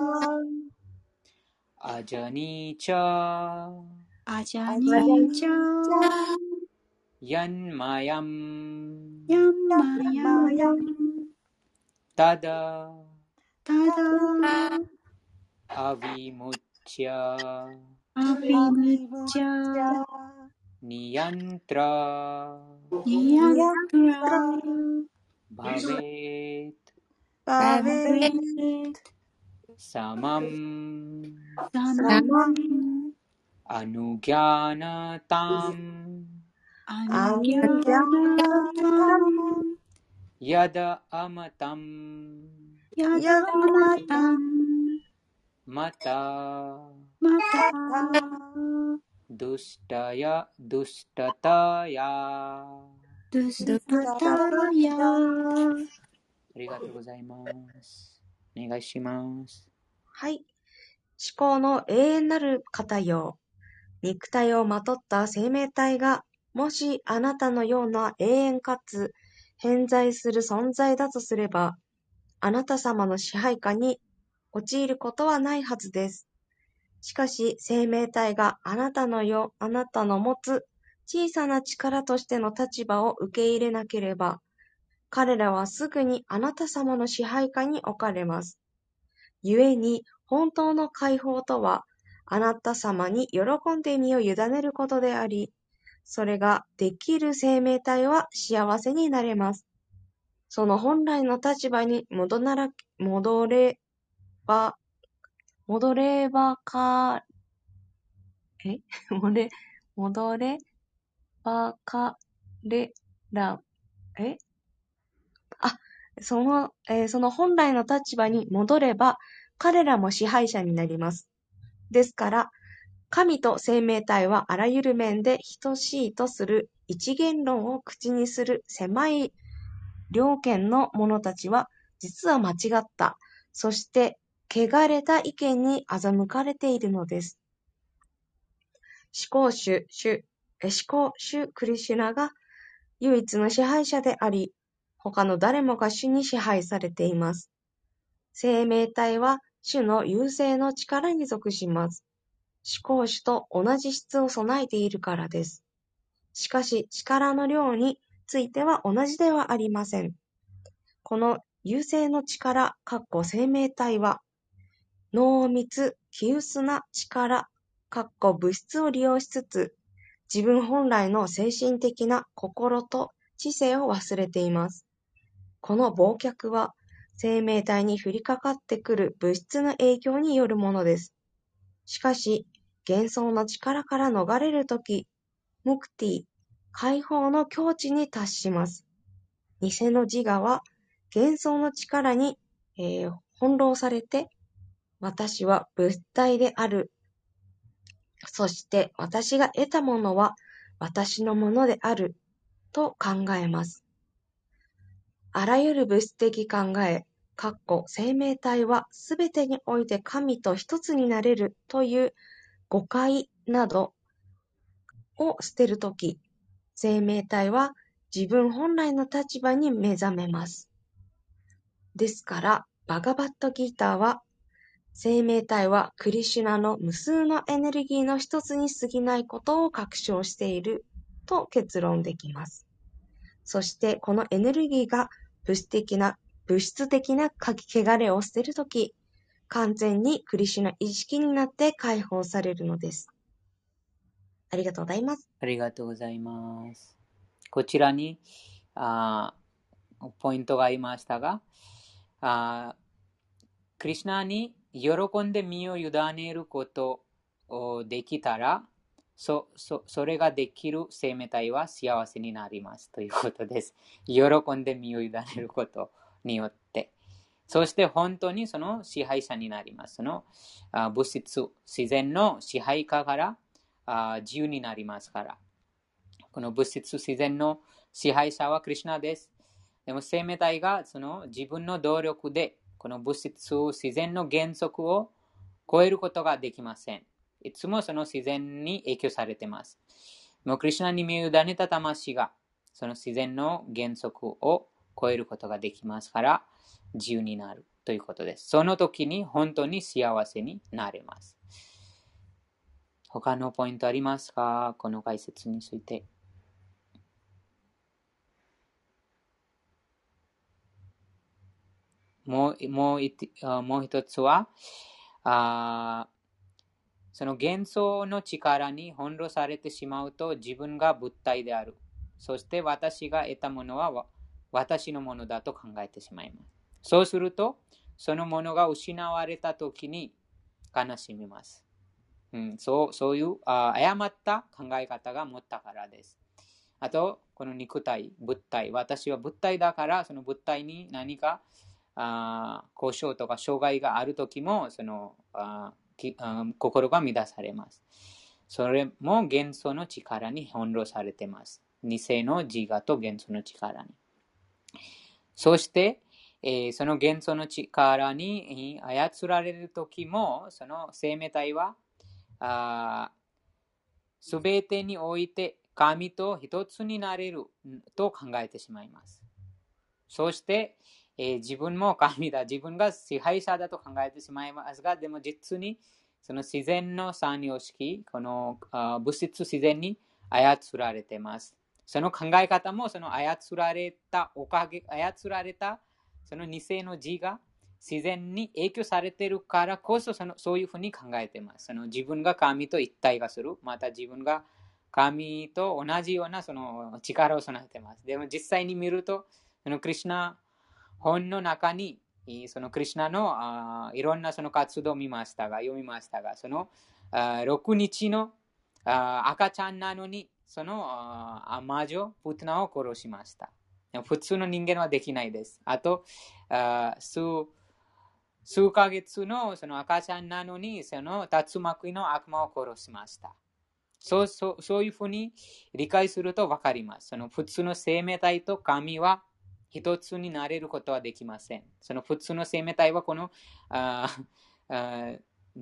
アジャニチャアジャニチャヤンマヤンヤンマヤンタダタダアビムッチャアビムチャニヤントラニヤトラバベバベサマンサマンアヌギャナタンアニャナタンヤダアマタンヤダマタンマタマタドゥスタヤドゥスタタヤドゥスタタヤありがとうございます。お願いします。 はい。思考の永遠なる方よ。肉体をまとった生命体が、もしあなたのような永遠かつ偏在する存在だとすれば、あなた様の支配下に陥ることはないはずです。しかし生命体があなたのよ、あなたの持つ小さな力としての立場を受け入れなければ、彼らはすぐにあなた様の支配下に置かれます。故に本当の解放とは、あなた様に喜んで身を委ねることであり、それができる生命体は幸せになれます。その本来の立場に戻なら戻れば、戻ればか、え戻れ、戻ればかれら、えあ、その、えーその本来の立場に戻れば、彼らも支配者になります。ですから、神と生命体はあらゆる面で等しいとする一元論を口にする狭い両権の者たちは、実は間違った、そして汚れた意見に欺かれているのです。思考主、主、え思考主クリシュナが唯一の支配者であり、他の誰もが主に支配されています。生命体は主の優勢の力に属します。思考主と同じ質を備えているからです。しかし力の量については同じではありません。この優勢の力、かっこ生命体は、濃密、気薄な力、かっこ物質を利用しつつ、自分本来の精神的な心と知性を忘れています。この忘却は、生命体に降りかかってくる物質の影響によるものです。しかし、幻想の力から逃れるとき、ムクティ、解放の境地に達します。偽の自我は、幻想の力に、えー翻弄されて、私は物体である。そして私が得たものは私のものであると考えます。あらゆる物質的考え、かっこ生命体はすべてにおいて神と一つになれるという誤解などを捨てるとき、生命体は自分本来の立場に目覚めます。ですから、バガバットギーターは、生命体はクリシュナの無数のエネルギーの一つに過ぎないことを確証していると結論できます。そしてこのエネルギーが物質的な、物質的な汚れを捨てるとき、完全にクリシュナ意識になって解放されるのです。ありがとうございます。 ありがとうございます。こちらにあポイントがありましたが、あクリシュナに喜んで身を委ねることをできたら、そ, そ, それができる生命体は幸せになりますということです。喜んで身を委ねることによって。 そして本当にその支配者になります。そのあ物質、自然の支配下からあ自由になりますから。この物質、自然の支配者はクリシュナです。でも生命体がその自分の努力でこの物質、自然の原則を超えることができません。いつもその自然に影響されています。もうクリシュナに身を委ねた魂がその自然の原則を超えることができますから自由になるということです。その時に本当に幸せになれます。他のポイントありますか？この解説について。もう、もう、もう一つは、あその幻想の力に翻弄されてしまうと自分が物体である。そして私が得たものは私のものだと考えてしまいます。そうすると、そのものが失われたときに悲しみます。うん、そう、そういうあ誤った考え方が持ったからです。あと、この肉体、物体、私は物体だから、その物体に何かあ故障とか障害があるときも、そのあ心が乱されます。それも元素の力に翻弄されています。偽の自我と元素の力に。そして、えー、その元素の力に操られるときも、その生命体はすべてにおいて神と一つになれると考えてしまいます。そして、えー、自分も神だ、自分が支配者だと考えてしまいますが、でも実にその自然の三様式、この物質自然に操られています。その考え方もその操られたおかげ、操られたその偽の自が自然に影響されているからこそ、そのそういうふうに考えています。その自分が神と一体化する、また自分が神と同じようなその力を備えています。でも実際に見ると、そのクリシュナ本の中に、そのクリシュナのあいろんなその活動を見ましたが、読みましたが、そのあろくにちのあ赤ちゃんなのに、そのあ魔女、プトナを殺しました。普通の人間はできないです。あと、あ数数ヶ月のその赤ちゃんなのに、その竜巻の悪魔を殺しました。そう、そう、そういうふうに理解すると分かります。その普通の生命体と神は一つになれることはできません。その普通の生命体はこのああ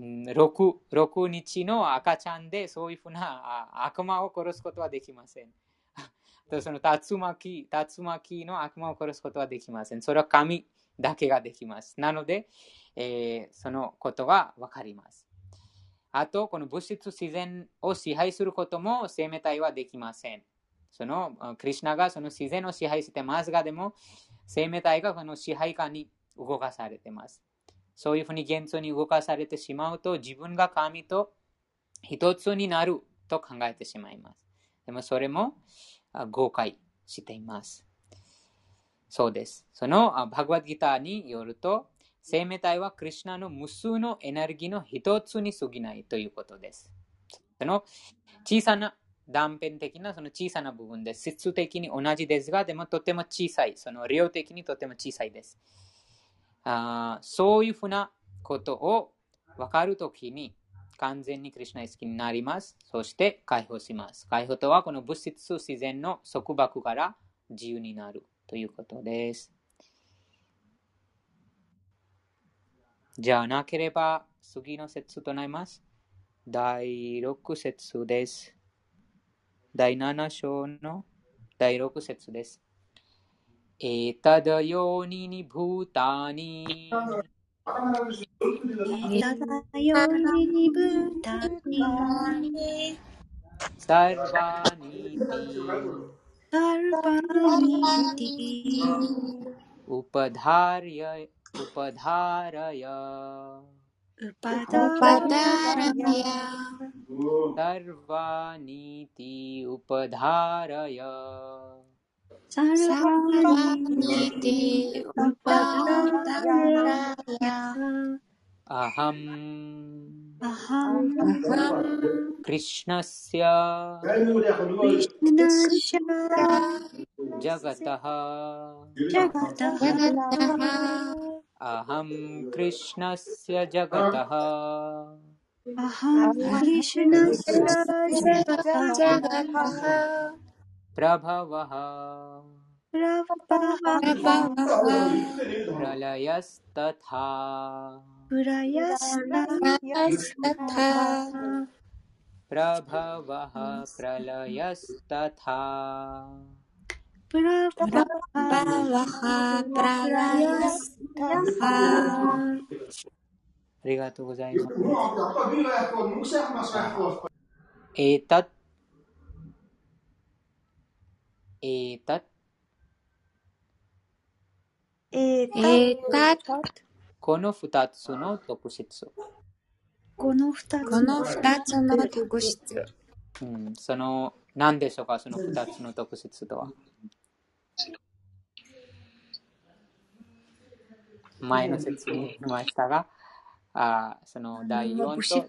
6, 6日の赤ちゃんでそういうふうな悪魔を殺すことはできません。その竜巻、竜巻の悪魔を殺すことはできません。それは神だけができます。なので、えー、そのことが分かります。あと、この物質自然を支配することも生命体はできません。そのクリシュナがその自然を支配してますが、でも生命体がこの支配下に動かされています。そういうふうに元素に動かされてしまうと、自分が神と一つになると考えてしまいます。でもそれも誤解しています。そうです。そのバグワッドギターによると、生命体はクリシュナの無数のエネルギーの一つに過ぎないということです。その小さな断片的なその小さな部分です。質的に同じですが、でもとても小さい。その量的にとても小さいです。あそういうふうなことを分かるときに完全にクリシュナ意識になります。そして解放します。解放とはこの物質自然の束縛から自由になるということです。じゃあなければ次の節となります。だいろく節です。だいなな章のだいろく節です。エタダヨニニブータニエタダヨニニブータニサルバニティサルバニティウパダリヤウパダラヤウパダラヤサルバニティウパダラヤサルバニティウパダラヤアハンアハンアハンクリシュナスヤクリシュナシャジャガタハジャガタジャガハタハアハンクリシュナスヤジャガタハアハンクリシュナシャジャガタジャガタハプラバワハプラバハラバワハプララヤスタタプラヤスタラヤスタタプラバワハプララヤスタタプラバラバワハプララヤスタハありがとうございます。エータッエータッえーエータこの二つの特質、 この二つこの二つの特質、 うん、その何でしょうか、その二つの特質とは。前の説に言いましたが、あそのだいよんと物質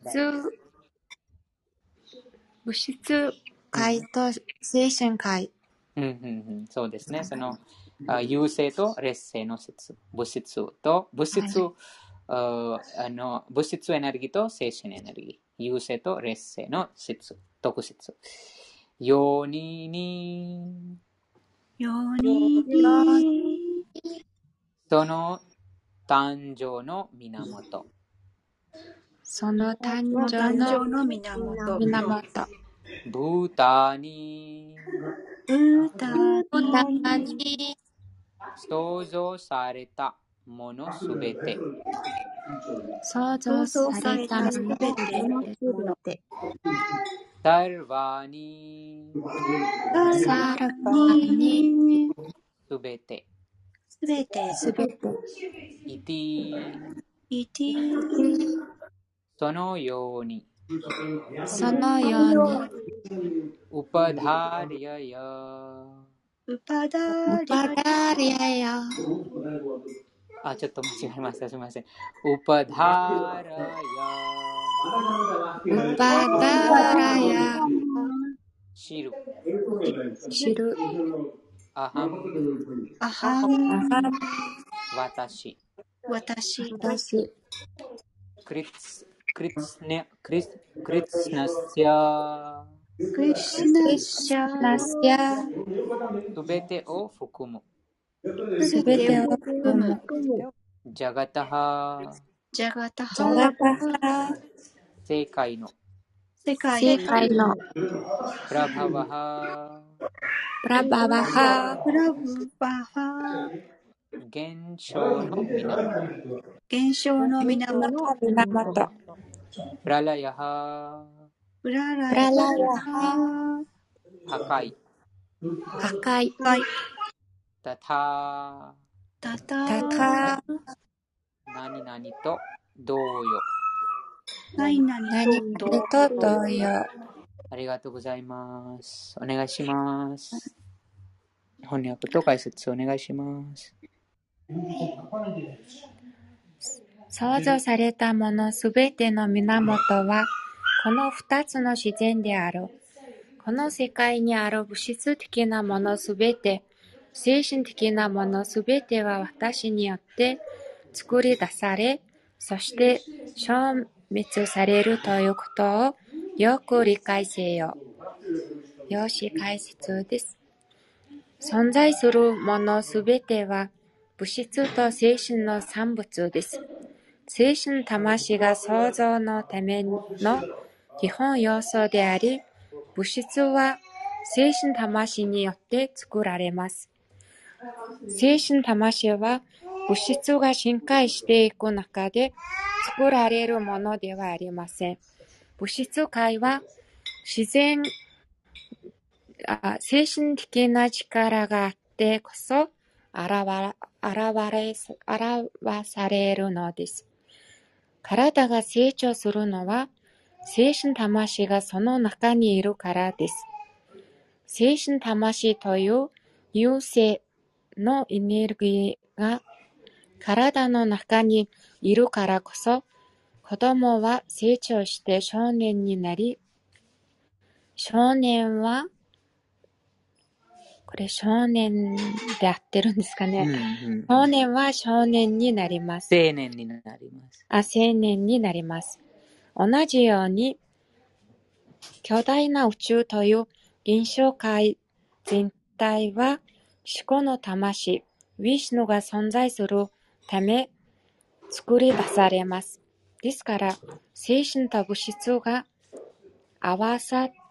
物質界と精神界、 うんうんうん、そうですね。そのあ有性と劣性の説、物質と物質、 はい、 ああの物質エネルギーと精神エネルギー、有性と劣性の質、特質。ヨニによににその誕生の源。 その誕誕生の生の源源、 ブータにブータブタにに創造されたものすべて。 創造されたものすべて、 てサルバにサルバにすべて。 すべてすべて、 イティイティそのように。 そのようにウパダリヤヤウパダウパダリアヤ、 あ、ちょっと間違えました。すみません。ウパダラヤウパダラヤ、 知る。 知る、 アハンアハンアハン私。 私私、 クリツクリツネクリツクリツナスヤクリシュナシャナスヤ、 すべてを含む。 すべてを含む、 ジャガタハジャガタジャガハタハ、 世界の。 世界世界のプラバワハプラババハ、 プラブバハ現象の源。 現象の源源、 プララヤハプララプララヤハ破壊。 破壊、 はいタタタタタタ、 何々と同様。 何々 何と 々と同様。 ありがとうございます。お願いします。翻訳と解説お願いします。 創造されたものすべての源はこの二つの自然である。この世界にある物質的なものすべて、精神的なものすべては私によって作り出され、そして消滅されるということをよく理解せよ。用紙解説です。存在するものすべては物質と精神の産物です。精神魂が創造のための基本要素であり、物質は精神魂によって作られます。精神魂は物質が進化していく中で作られるものではありません。物質界は自然、あ精神的な力があってこそ現れ、表されるのです。体が成長するのは精神魂がその中にいるからです。精神魂という有性のエネルギーが体の中にいるからこそ子供は成長して少年になり、少年は、これ少年で合ってるんですかね。 うんうん少年は少年になります。 青年になります。 あ、青年になります。同じように、巨大な宇宙という現象界全体は思考の魂、ウィシュヌが存在するため作り出されます。ですから、精神と物質が合わさって、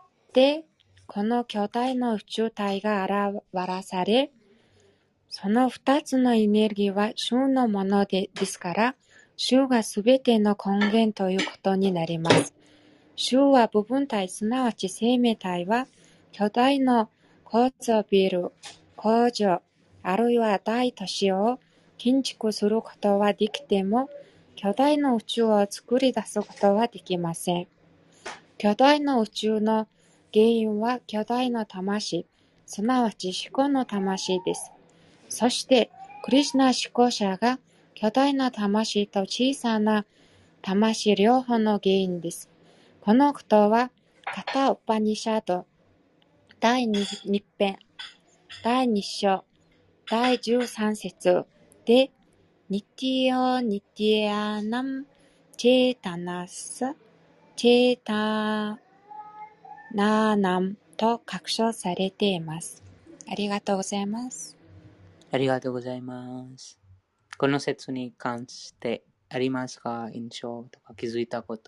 この巨大な宇宙体が表され、その二つのエネルギーは主のものでですから、主がすべての根源ということになります。主は部分体、すなわち生命体は、巨大な高層ビル、工場、あるいは大都市を建築することはできても、巨大な宇宙を作り出すことはできません。巨大な宇宙の原因は巨大な魂、すなわち思考の魂です。そして、クリシュナ思考者が巨大な魂と小さな魂両方の原因です。このことは、カタ・ウパニシャド、第二編、第二章、第十三節で、ニティオ・ニティアナム・チェータナス、チェータナナムと確証されています。ありがとうございます。 ありがとうございます。この説に関してありますか？印象とか気づいたこと。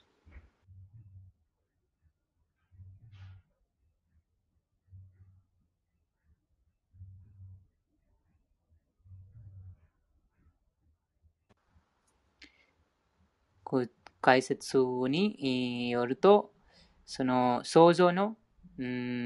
解説によると、その創造の、うん、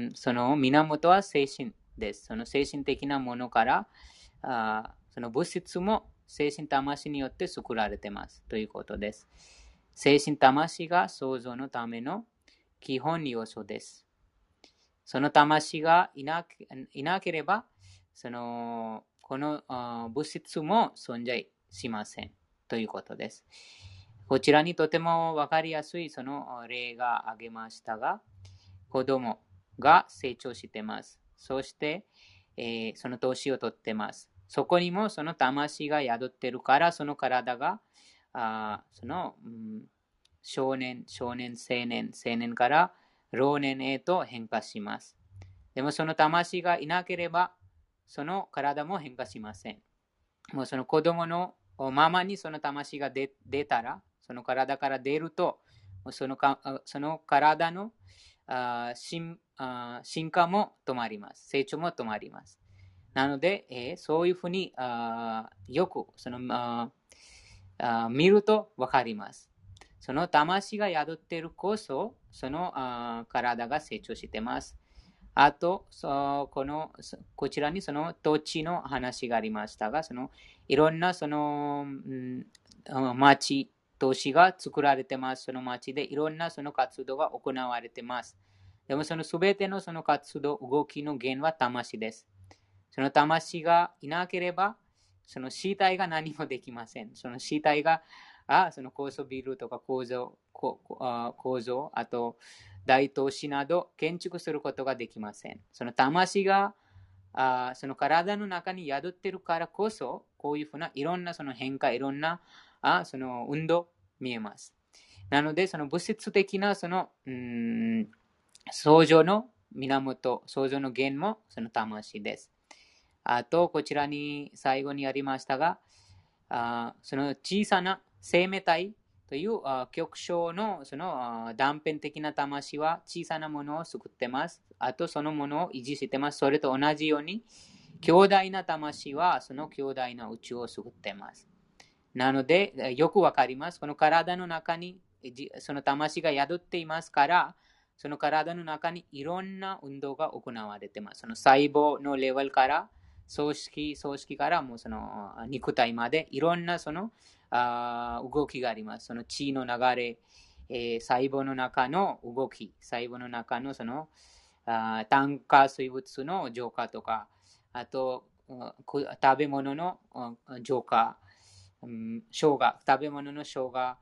その源は精神です。その精神的なものから、あその物質も精神魂によって作られていますということです。精神魂が創造のための基本要素です。その魂がいな、いなければ、そのこの物質も存在しませんということです。こちらにとてもわかりやすいその例が挙げましたが、子供が成長しています。そして、えー、その年をとっています。そこにもその魂が宿っているから、その体があその、うん、少年、少年、青年、青年から老年へと変化します。でもその魂がいなければ、その体も変化しません。もうその子供のままにその魂が 出, 出たら、その体から出ると、そのかその体のあ 進, あ進化も止まります。成長も止まります。なので、えー、そういうふうにあよくそのああ見ると分かります。その魂が宿っているこそ、そのあ体が成長しています。あと、このこちらにその土地の話がありましたが、そのいろんなその、うん、町、都市が作られています。その町でいろんなその活動が行われています。でもそのすべてのその活動、動きの源は魂です。その魂がいなければ、その身体が何もできません。その身体が、あその高層ビルとか構造、構造、あと大都市など建築することができません。その魂があその体の中に宿っているからこそ、こういうふうないろんなその変化、いろんなあその運動見えます。なので、その物質的なそのうーん創造の源、創造の源もその魂です。あと、こちらに最後にありましたが、あその小さな生命体という極小のその断片的な魂は小さなものを作っています。あとそのものを維持しています。それと同じように、強大な魂はその強大な宇宙を作っています。なので、よくわかります。この体の中にその魂が宿っていますから、その体の中にいろんな運動が行われています。その細胞のレベルから、組織、組織からもうその肉体までいろんなそのあ動きがあります。その血の流れ、えー、細胞の中の動き、細胞の中のそのあ炭化水物の浄化とか、あと食べ物の浄化、うん、生姜、食べ物の生姜、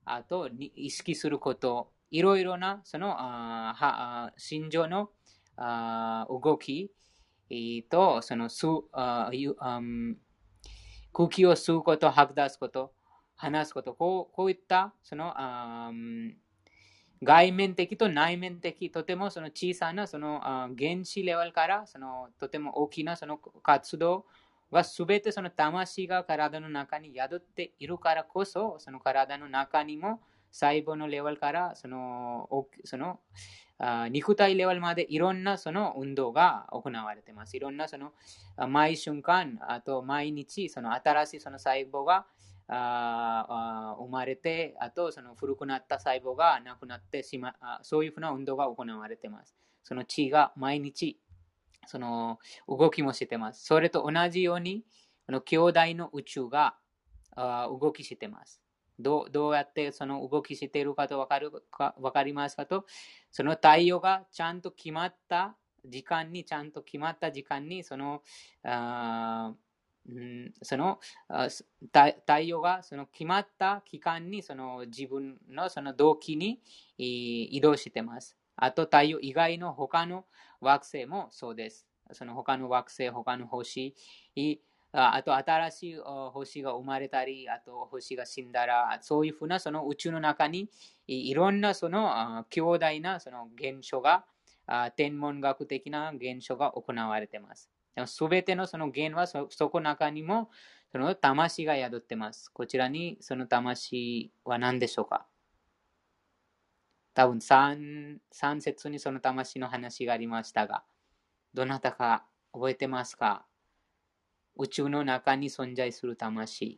あと意識すること、いろいろなそのあは心情のあ動きと、その吸ああ空気を吸うこと、吐き出すこと、話すこと、こうこういったそのあ外面的と内面的、とてもその小さなその原子レベルからそのとても大きなその活動はすべてその魂が体の中に宿っているからこそ、その体の中にも細胞のレベルからそのその肉体レベルまでいろんなその運動が行われています。いろんなその毎瞬間、あと毎日その新しいその細胞があ生まれて、あとその古くなった細胞がなくなってしまう、そういうふうな運動が行われています。その血が毎日その動きもしています。それと同じように、この兄弟の宇宙が動きしています。どう、どうやってその動きしているかと分かるか、分かりますかと、その太陽がちゃんと決まった時間に、ちゃんと決まった時間に、その、あその太陽がその決まった期間にその自分のその動機に移動しています。あと太陽以外の他の惑星もそうです。その他の惑星、他の星、あと新しい星が生まれたり、あと星が死んだら、そういうふうなその宇宙の中にいろんなその強大なその現象が、天文学的な現象が行われています。すべてのその源は そ, そこの中にもその魂が宿っています。こちらにその魂は何でしょうか。多分 3, 3節にその魂の話がありましたが、どなたか覚えてますか。宇宙の中に存在する魂。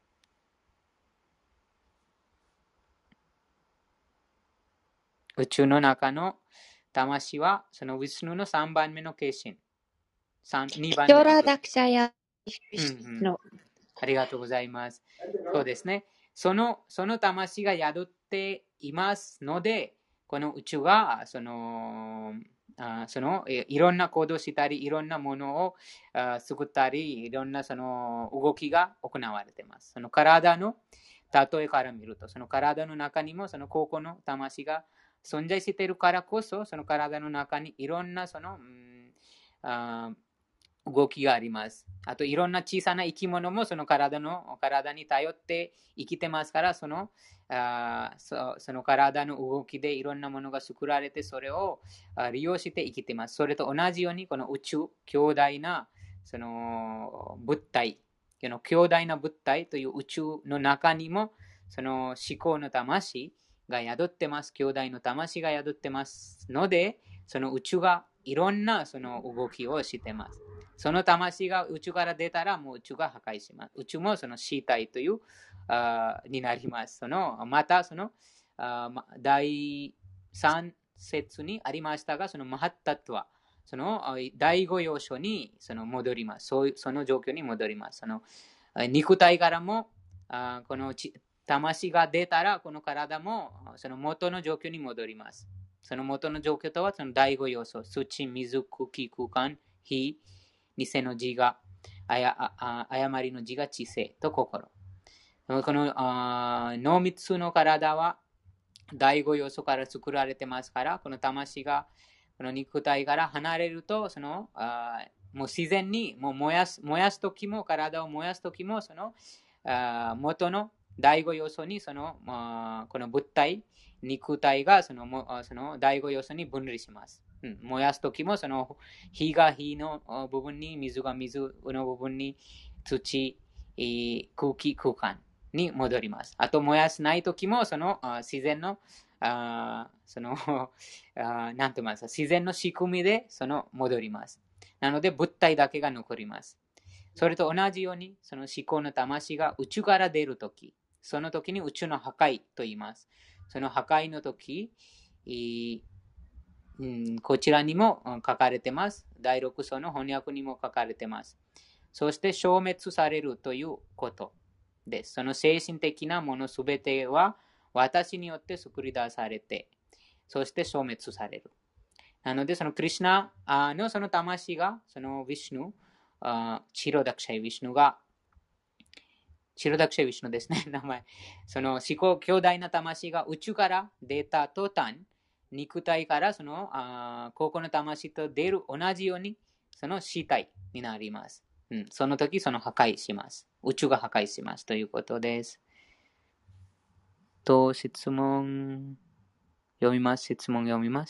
宇宙の中の魂はそのヴィシュヌのさんばんめの化身。にばんめの。うんうん、ありがとうございます。そうですね。その、その魂が宿っていますので、この宇宙がその、あそのいろんな行動したり、いろんなものをあ作ったり、いろんなその動きが行われています。その体の例えから見ると、その体の中にもその個々の魂が存在しているからこそ、その体の中にいろんなその、うん、あ動きがあります。あといろんな小さな生き物もその体の体に頼って生きてますから、そのあ そ, その体の動きでいろんなものが作られて、それを利用して生きてます。それと同じようにこの宇宙、強大なその物体、強大な物体という宇宙の中にもその思考の魂が宿ってます。強大の魂が宿ってますので、その宇宙がいろんなその動きをしてます。その魂が宇宙から出たら、もう宇宙が破壊します。宇宙もその死体というあになります。そのまたそのあだいさん節にありましたが、そのマハッタトゥア、そのだいご要素にその戻ります。そ, その状況に戻ります。その肉体からもあこの魂が出たら、この体もその元の状況に戻ります。その元の状況とはそのだいご要素、土、水、空気、空間、火、偽の字が、あやあ誤りの字が知性と心。この濃密の体はだいご要素から作られてますから、この魂がこの肉体から離れると、そのあもう自然にもう燃やす、燃やすときも、体を燃やすときも、そのあ元のだいご要素にそのこの物体、肉体がそのそのだいご要素に分離します。うん、燃やすときもその火が火の部分に、水が水の部分に、土、空気、空間に戻ります。あと燃やしないときもその自然のあそのあなんて言いますか、自然の仕組みでその戻ります。なので物体だけが残ります。それと同じように、その思考の魂が宇宙から出るとき、その時に宇宙の破壊と言います。その破壊の時、うん、こちらにも書かれています。だいろく章の翻訳にも書かれています。そして消滅されるということです。その精神的なものすべては私によって作り出されて、そして消滅される。なので、そのクリシュナのその魂が、そのヴィシュヌ、チロダクシャイヴィシュヌがシロダクシャビシュヌですね、名前。その思考、強大な魂が宇宙から出た途端、肉体からそのあここの魂と出る同じように、その死体になります。うん、その時、その破壊します。宇宙が破壊しますということです。と、質問、読みます。質問読みます。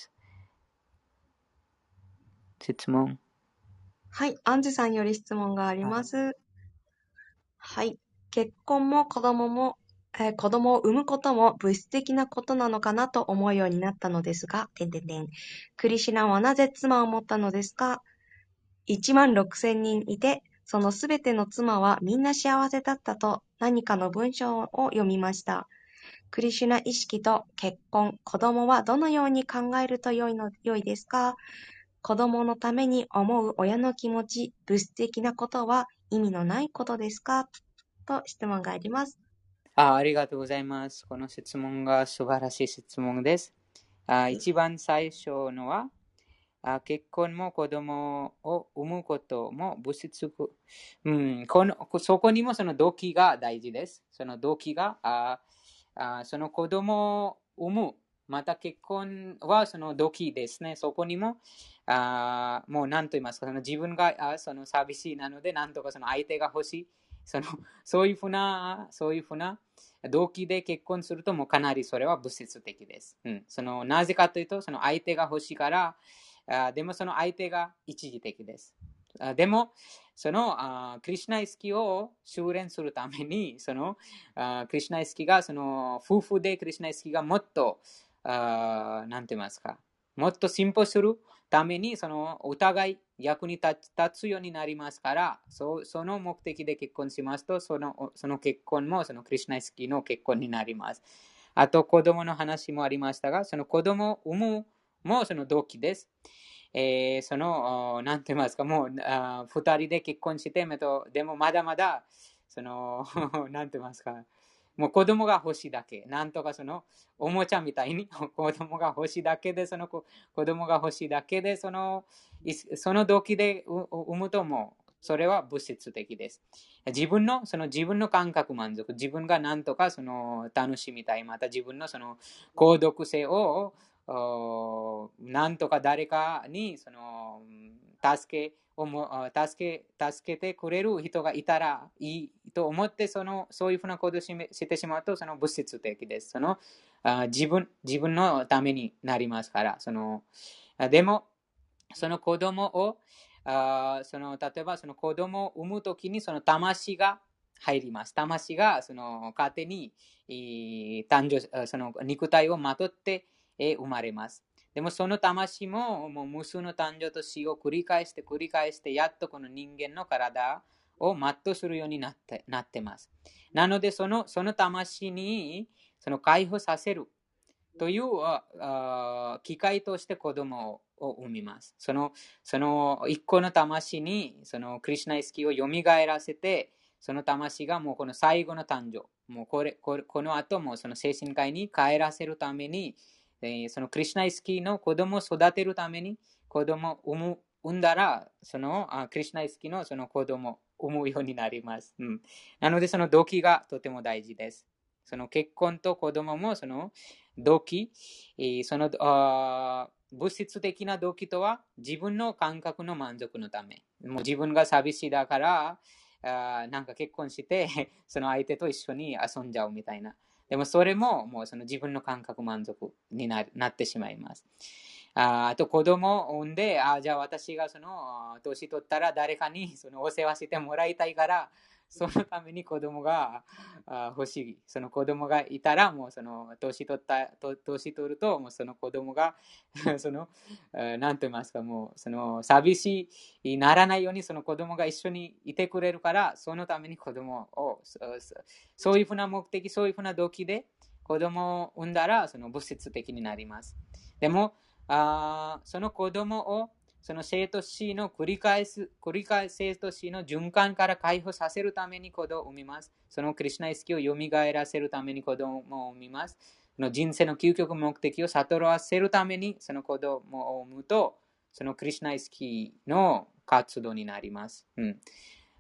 質問。 はい、アンジュさんより質問がありはい。 ます。はい。結婚も子供も、えー子供を産むことも物質的なことなのかなと思うようになったのですが、てんてんてん。クリシュナはなぜ妻を持ったのですか？いちまんろくせんにんいて、そのすべての妻はみんな幸せだったと何かの文章を読みました。クリシュナ意識と結婚、子供はどのように考えると良いの、良いですか？子供のために思う親の気持ち、物質的なことは意味のないことですか？と質問があります。 あ、ありがとうございます。この質問が素晴らしい質問です。あ一番最初のは、あ結婚も子供を産むことも物質、うん、このそこにもその動機が大事です。その動機が、ああその子供を産む、また結婚はその動機ですね。そこにも、あもう何と言いますか、その自分があその寂しいなので、なんとかその相手が欲しい。そのそういうふうな、そういうふうな動機で結婚すると、もうかなりそれは物質的です。うん、そのなぜかというと、その相手が欲しいから、あでもその相手が一時的です。あでも、そのあクリシュナイスキを修練するために、そのあクリシュナイスキが、その夫婦でクリシュナイスキがもっと、あなんて言いますか、もっと進歩するために、そのお互い役に立つようになりますから、そその目的で結婚しますと、そのその結婚もそのクリシュナイスキの結婚になります。あと、子供の話もありましたが、その子供を産むもその動機です。えー、その、なんて言いますか、もう、あ二人で結婚して、でもまだまだ、その、なんて言いますか、もう子供が欲しいだけ。なんとかその、おもちゃみたいに子供が欲しいだけで、その子供が欲しいだけで、その、その動機で産むともう、それは物質的です。自分の、その自分の感覚満足、自分がなんとかその楽しみたい、また自分のその孤独性を、なんとか誰かにその助けをも助け助けてくれる人がいたらいいと思って、そのそういうふうなことをしてしまうと、その物質的です。その自分自分のためになりますから。そのでもその子供をあその例えばその子供を産むときにその魂が入ります。魂がその勝手に誕生、その肉体をまとって生まれます。でもその魂ももう無数の誕生と死を繰り返して繰り返して、やっとこの人間の体を全うするようになって、なってます。なのでその、その魂にその解放させるという機会として子供を生みます。その、その一個の魂にそのクリシュナ意識を蘇らせて、その魂がもうこの最後の誕生、もうこれ、これこの後もその精神界に帰らせるために、そのクリシュナ意識の子供を育てるために子供を産む、産んだら、そのクリシュナ意識のその子供を産むようになります。うん、なのでその動機がとても大事です。その結婚と子供もその動機、その物質的な動機とは自分の感覚の満足のため。もう自分が寂しいだから、あなんか結婚してその相手と一緒に遊んじゃうみたいな。でもそれももうその自分の感覚満足に な, なってしまいます。あ, あと子供を産んで、あじゃあ私がその年取ったら誰かにそのお世話してもらいたいから、そのために子供が欲しい。その子供がいたら、もうその年取った、年取ると、もうその子供がその、なんて言いますか、もうその寂しいならないように、その子供が一緒にいてくれるから、そのために子供を、そういうふうな目的、そういうふうな動機で子供を産んだら、その物質的になります。でも、あその子供をその生と死の繰り返す、繰り返す生と死の循環から解放させるために子供を産みます。そのクリシュナ意識を蘇らせるために子供を産みます。その人生の究極目的を悟らせるためにその子供を産むと、そのクリシュナ意識の活動になります。うん、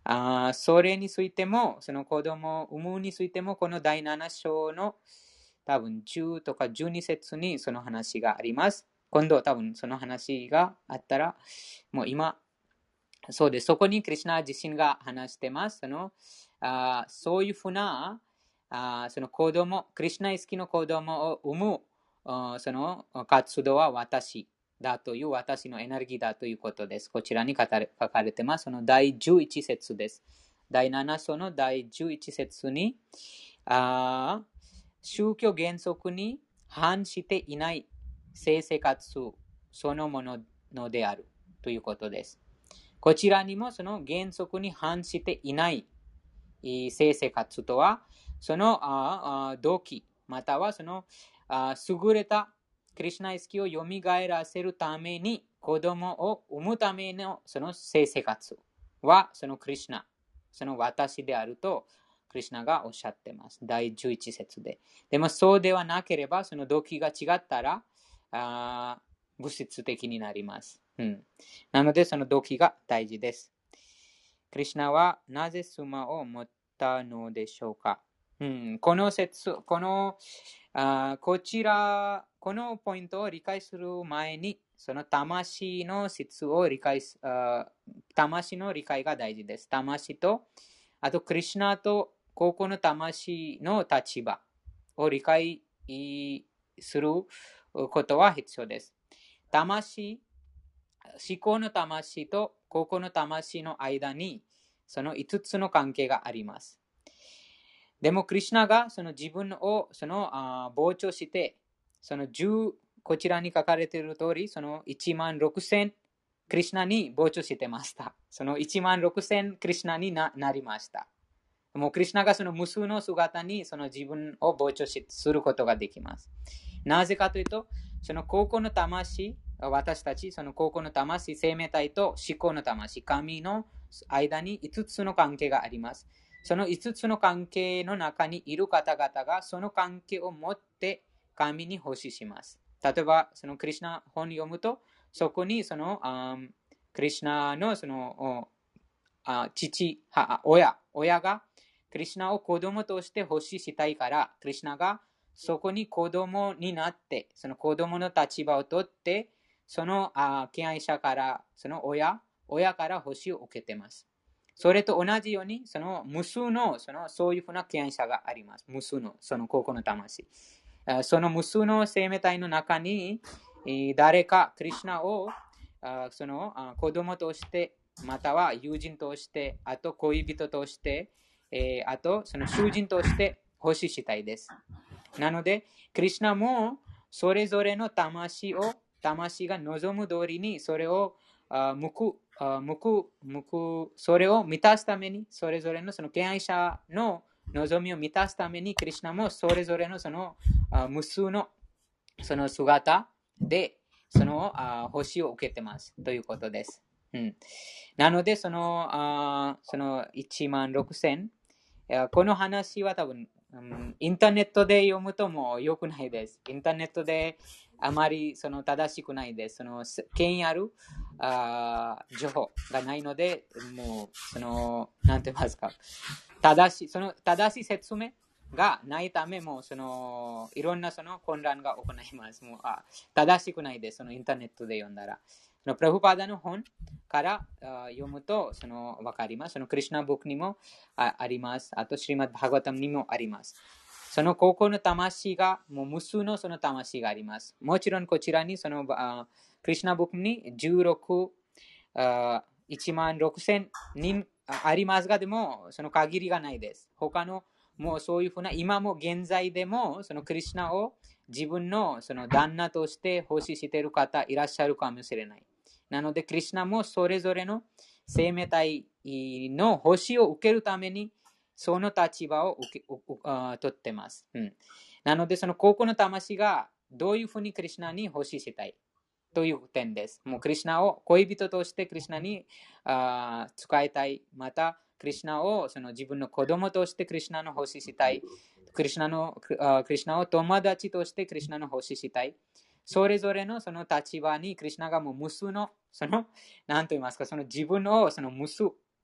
あそれについても、その子供を産むについても、このだいなな章の多分じゅうとかじゅうに節にその話があります。今度多分その話があったら、もう今、そうです。そこにクリシュナ自身が話してます。そのあそういうふうなあその子供、クリシュナ好きの子供を産むあその活動は私だという私のエネルギーだということです。こちらに書かれ書かれてます。そのだいじゅういち節です。だいなな章のだいじゅういち節にあ宗教原則に反していない性生活そのもののであるということです。こちらにもその原則に反していない性生活とは、その動機、またはその優れたクリシュナ意識を蘇らせるために子供を産むためのその性生活はそのクリシュナ、その私であるとクリシュナがおっしゃっています。だいじゅういち節で。でもそうではなければ、その動機が違ったらあ物質的になります。うん、なのでその動機が大事です。クリシュナはなぜスマを持ったのでしょうか。うん、この説、このあこちら、このポイントを理解する前に、その魂の質を理解す、あ魂の理解が大事です。魂と、あとクリシュナと高校の魂の立場を理解することは必要です。魂、思考の魂と高校の魂の間にそのいつつの関係があります。でも、クリシュナがその自分をそのあ膨張して、そのじゅう、こちらに書かれている通り、そのいちまんろくせんクリシュナに膨張してました。そのいちまんろくせんクリシュナに な, なりました。もうクリシュナがその無数の姿にその自分を膨張しすることができます。なぜかというと、その高校の魂、私たち、その高校の魂、生命体と思考の魂、神の間にいつつの関係があります。そのいつつの関係の中にいる方々がその関係を持って神に奉仕します。例えば、そのクリシュナ本を読むと、そこにそのクリシュナのその父、親、親がクリシュナを子供として奉仕したいから、クリシュナがそこに子供になって、その子供の立場を取って、その敬愛者から、その親、親から奉仕を受けています。それと同じように、その無数の、そのそういうふうな敬愛者があります。無数の、その高校の魂。その無数の生命体の中に、誰かクリシュナをその子供として、または友人として、あと恋人として、あとその囚人として奉仕したいです。なので、クリシュナもそれぞれの魂を、魂が望む通りにそれを向く、向く、向く、それを満たすために、それぞれのその敬愛者の望みを満たすために、クリシュナもそれぞれのその無数のその姿でその奉仕を受けてますということです。うん、なので、その、あそのいちまんろくせん、この話は多分、うん、インターネットで読むとも良くないです。インターネットであまりその正しくないです。その権威あるあ情報がないので、もう、その、なんて言いますか、正しい、その正しい説明がないため、もうそのいろんなその混乱が行います。もうあ正しくないです。そのインターネットで読んだら。そのプラフパダの本から読むとその分かります。そのクリシュナブックにも あ, あります。あとシリマッド・バーガバタムにもあります。その高校の魂がもう無数のその魂があります。もちろんこちらにそのクリシュナブックにじゅうろく、いちまんろくせんにんありますが、でもその限りがないです。他のもうそういうふうな、今も現在でもそのクリシュナを自分のその旦那として奉仕している方いらっしゃるかもしれない。なのでクリシュナもそれぞれの生命体の奉仕を受けるためにその立場を受け取っています、うん。なのでその高校の魂がどういうふうにクリシュナに奉仕したいという点です。もうクリシュナを恋人としてクリシュナにあ使いたい。またクリシュナをその自分の子供としてクリシュナの奉仕したい。クリシュナのクリシュナを友達としてクリシュナの奉仕したい。それぞれのその立場にクリシュナがもう無数のその何と言いますか、その自分をその無数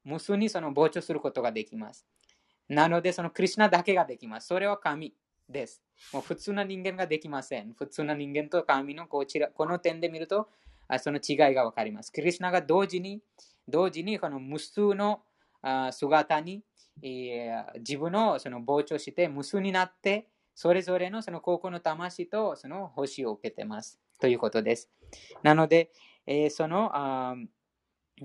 無数にその膨張することができます。なので、そのクリシュナだけができます。それは神です。もう普通の人間ができません。普通の人間と神のこちら、この点で見ると、その違いがわかります。クリシュナが同時に、同時にこの無数の姿に、えー、自分をその膨張して無数になって、それぞれのその高校の魂とその星を受けてますということです。なので、えー、そのあ、うん、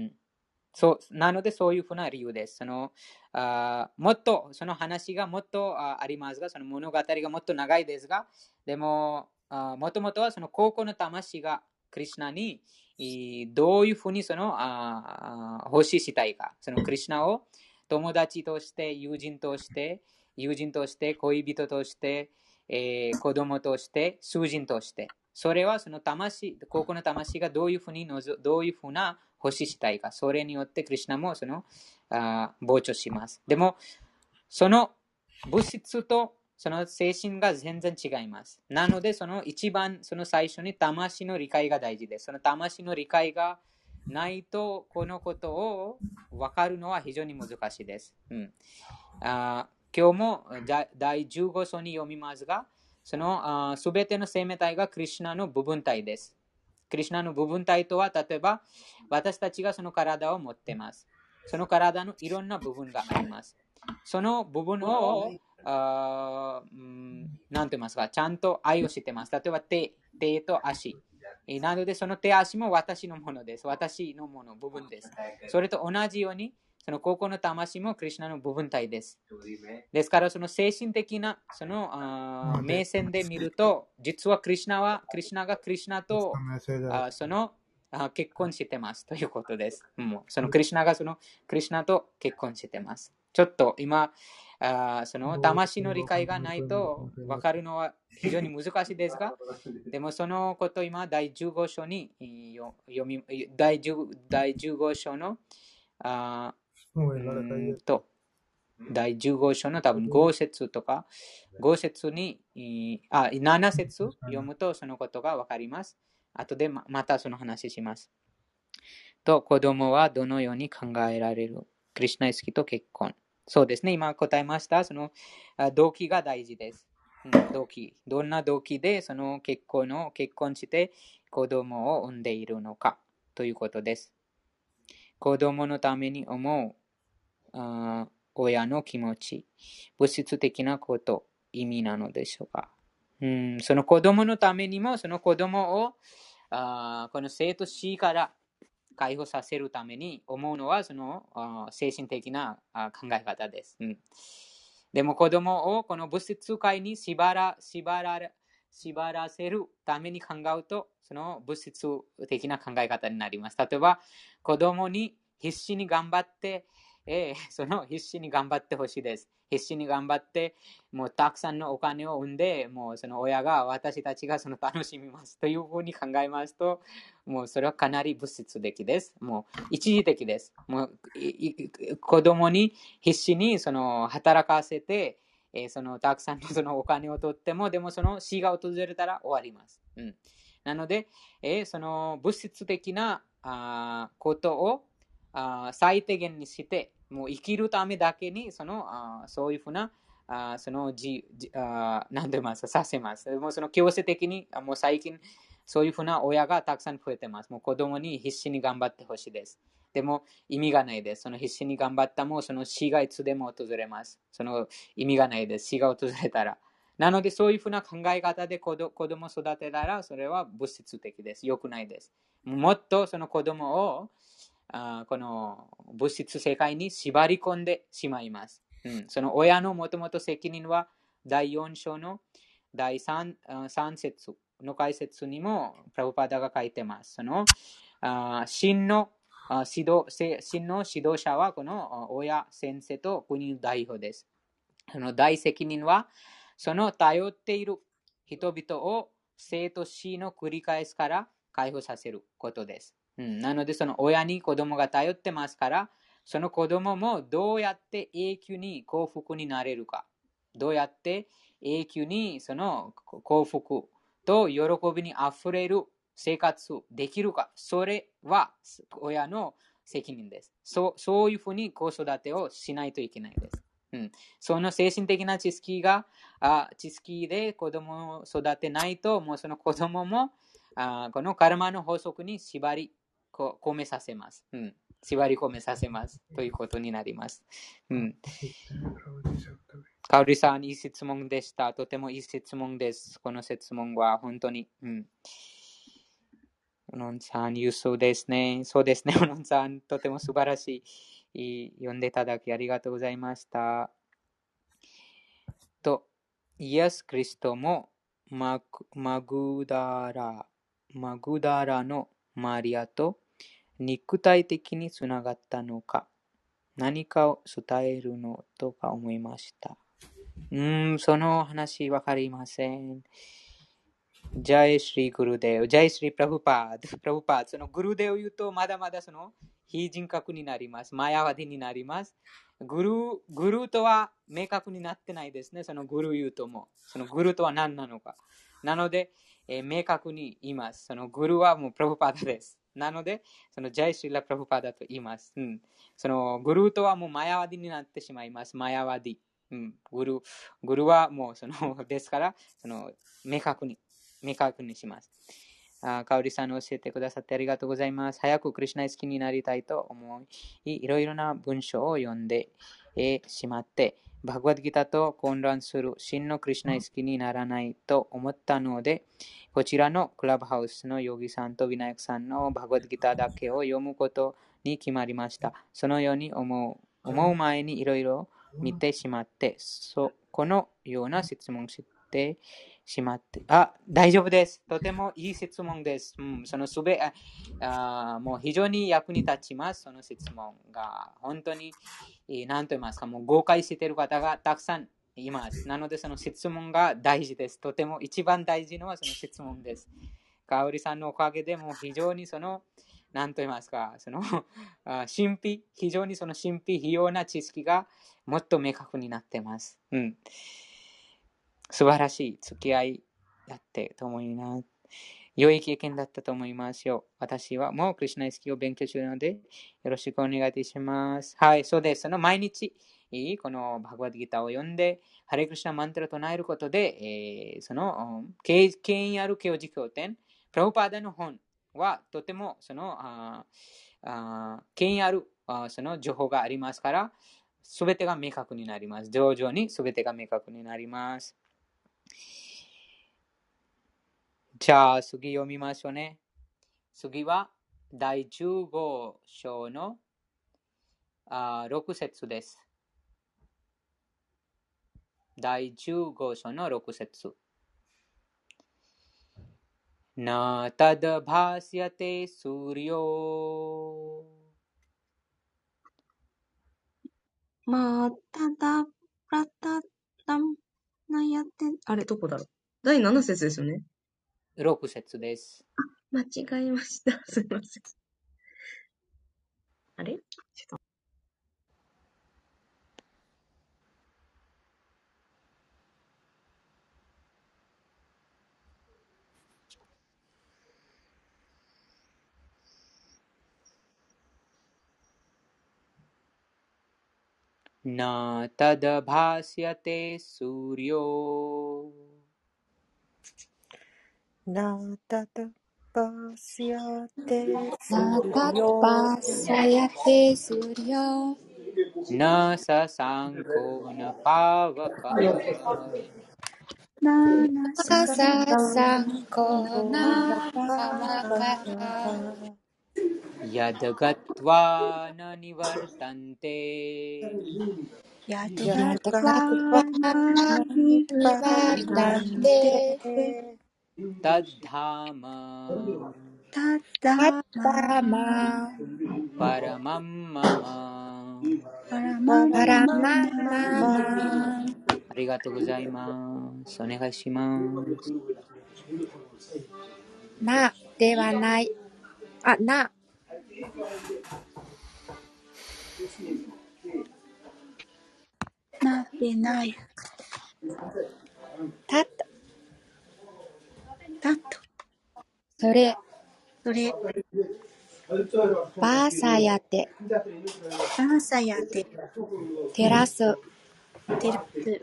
そうなのでそういうふうな理由です。そのあもっとその話がもっと あ, ありますが、その物語がもっと長いですが、でももともとはその高校の魂がクリシュナにどういうふうにそのあ奉仕したいか、そのクリシュナを友達として、友人として、友人として、恋人として、えー、子供として、囚人として、それはその魂、高校の魂がどういうふうにのぞ、どういうふうな奉仕したいか、それによってクリシュナもそのあ膨張します。でも、その物質とその精神が全然違います。なので、その一番その最初に魂の理解が大事です。その魂の理解がないと、このことを分かるのは非常に難しいです。うん、あ今日もだいじゅうご章に読みますが、そのすべての生命体がクリシュナの部分体です。クリシュナの部分体とは、例えば私たちがその体を持っています。その体のいろんな部分があります。その部分をあ、うん、なんて言いますか、ちゃんと愛をしています。例えば手、手と足。なので、その手足も私のものです。私のもの、部分です。それと同じように、その高校の魂もクリシュナの部分体です。ですから、その精神的なそのあ目線で見ると、実はクリシュナは、クリシュナがクリシュナとあそのあ結婚してますということです。もうそのクリシュナがそのクリシュナと結婚してます。ちょっと今、あその魂の理解がないと分かるのは非常に難しいですが、でもそのこと今、だいじゅうご章に読み、だいじゅうご章のあうんとだいじゅうご章の多分ご節とかご節にあなな節読むとそのことが分かります。後で ま, またその話します。と、子供はどのように考えられる？クリシュナ意識と結婚。そうですね、今答えました。その動機が大事です。うん、動機。どんな動機でその結婚を結婚して子供を産んでいるのかということです。子供のために思うあ親の気持ち、物質的なこと、意味なのでしょうか。うん、その子供のためにも、その子供をあこの生と死から解放させるために思うのはその精神的な考え方です。うん、でも子供をこの物質界に縛ら、縛ら、縛らせるために考えると、その物質的な考え方になります。例えば、子供に必死に頑張って、えー、その必死に頑張ってほしいです。必死に頑張って、もうたくさんのお金を生んで、もうその親が、私たちがその楽しみますというふうに考えますと、もうそれはかなり物質的です。もう一時的です。もう子供に必死にその働かせて、えー、そのたくさんのそのお金を取っても、でもその死が訪れたら終わります。うん、なので、えー、その物質的なあことをあ最低限にして、もう生きるためだけにそのあそういうふうなあそのじあ何でますさせます。もうその強制的にもう最近そういうふうな親がたくさん増えてます。もう子供に必死に頑張ってほしいです。でも意味がないです。その必死に頑張ったもその死がいつでも訪れます。その意味がないです。死が訪れたら。なのでそういうふうな考え方で子供を育てたらそれは物質的です。良くないです。もっとその子供をあこの物質世界に縛り込んでしまいます。うん、その親のもともと責任はだいよん章のだい 3, 3節の解説にもプラブパダが書いてます。そのあ真の指導真の指導者はこの親、先生と国の代表です。その大責任はその頼っている人々を生と死の繰り返しから解放させることです。うん、なのでその親に子供が頼ってますから、その子供もどうやって永久に幸福になれるか、どうやって永久にその幸福と喜びにあふれる生活できるか、それは親の責任です。そう、そういうふうに子育てをしないといけないです。うん、その精神的な知識が、あ知識で子供を育てないと、もうその子供もあこのカルマの法則に縛り込めさせます。うん、縛り込めさせますということになります。うん、かおりさん、いい質問でした。とてもいい質問です。この質問は本当に。うん、おのんさん、優秀ですね。そうですね、おのんさん、とても素晴らしい。読んでいただきありがとうございました。と、イエス・キリストもマグダラ、マグダラのマリアと肉体的につながったのか、何かを伝えるのとか思いました。うーん、その話わかりません。ジャイ・シリ・グルデウ、ジャイ・シリ・プラフパード、プラフパード、そのグルデを言うとまだまだその非人格になります。マヤワディになります。グル、グルとは明確になってないですね。そのグル言うとも。そのグルとは何なのか。なので、えー、明確に言います。そのグルはもうプラフパードです。なので、そのジャイ・シリ・プラフパードと言います。うん、そのグルとはもうマヤワディになってしまいます。マヤワディ。うん、グル、グルはもうそのですから、その明確に。明確にします。あかおりさんの教えてくださってありがとうございます。早くクリシュナ好きになりたいと思い、いろいろな文章を読んで、えー、しまって、バグワッドギターと混乱する真のクリシュナ好きにならないと思ったので、こちらのクラブハウスのヨギさんとヴィナヤクさんのバグワッドギターだけを読むことに決まりました。そのように思う、思う前にいろいろ見てしまって、そこのような質問してしまって、あ、大丈夫です。とてもいい質問です。うん、そのすべ、あ、もう非常に役に立ちます。その質問が。本当に、何と言いますか、もう誤解している方がたくさんいます。なので、その質問が大事です。とても一番大事なのはその質問です。かおりさんのおかげでも非常にその、何と言いますか、その神秘、非常にその神秘、費用な知識がもっと明確になっています。うん。素晴らしい付き合いだってと思います。良い経験だったと思いますよ。私はもうクリシュナ意識を勉強中なので、よろしくお願いします。はい、そうです。その毎日、このバグワッドギターを読んで、ハレクリシュナマントラを唱えることで、えー、その権威ある教示経典、プラブパーダの本はとてもそのああ権威あるあその情報がありますから、すべてが明確になります。徐々にすべてが明確になります。じゃあ次読みましょうね。次はだいじゅうご章のあろく節です。だいじゅうご章のろく節。なただばすやてすりょまあ、ただ、らたたなやって、あれ、どこだろう。だいなな節ですよね。 ろく節です。 あ、間違えました。すいません。あれちょっと。 なただばすやてすりょなただばすやてすなたりょばさやてすりょなささんこなパワカななさかささんこなパパワカラやだがっわなにわるたんてやどやがかだかわわなににわるたんてたっはまたただたままパラマンママパラマンパラマママママありがとうございます。お願いします。 なではない。あ、な。 なでないたと。 たとそれ。 それバーサヤテ、 バーサヤテ、 テラス、 テラス、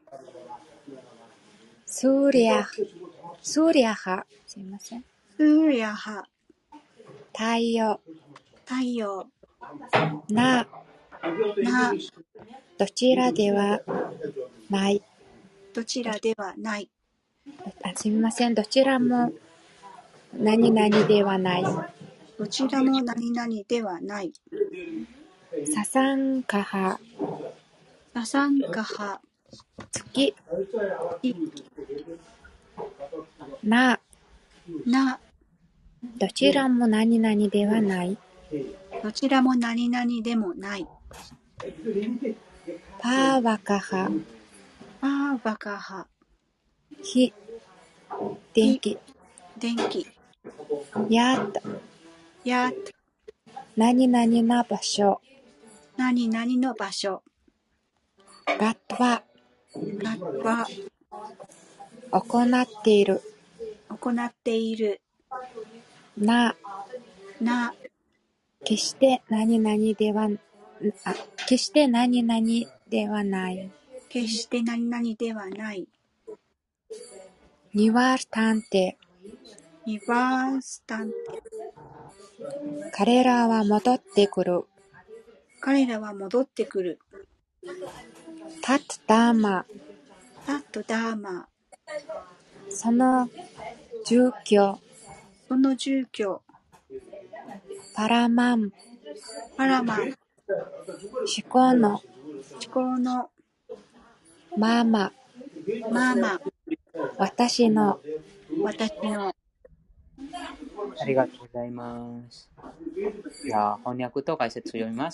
スーリャ、スーリャハ、すいません。 スーリャハ、 太陽、 太陽、 な、 な、 どちらではない。 どちらではない。 あ、すみません。どちらも何々ではない。 どちらも何々ではない。 ササンカハ、 ササンカハ、 月、 い、 な、 な、 どちらも何々ではない。 どちらも何々でもない。 パーワカハ、 パーバカハ、 火、電気、 電気、 やっと、 やっ、 何々な場所、 何々の場所、 ガットは、 がは、 行っている。 行っている。 な、 な、 決して何々では、あ、決して何々ではない。 決して何々ではない。 ニワータンテ、 ニバースタンテ、 彼らは戻ってくる。 彼らは戻ってくる。 タッダーマ、 タットダーマ、 その住居、 その住居、 パラマン、 パラマン、 思考の思考のママ、 ママ、 私の、 私の。 ありがとうございます。じゃあ、翻訳と解説を読みます。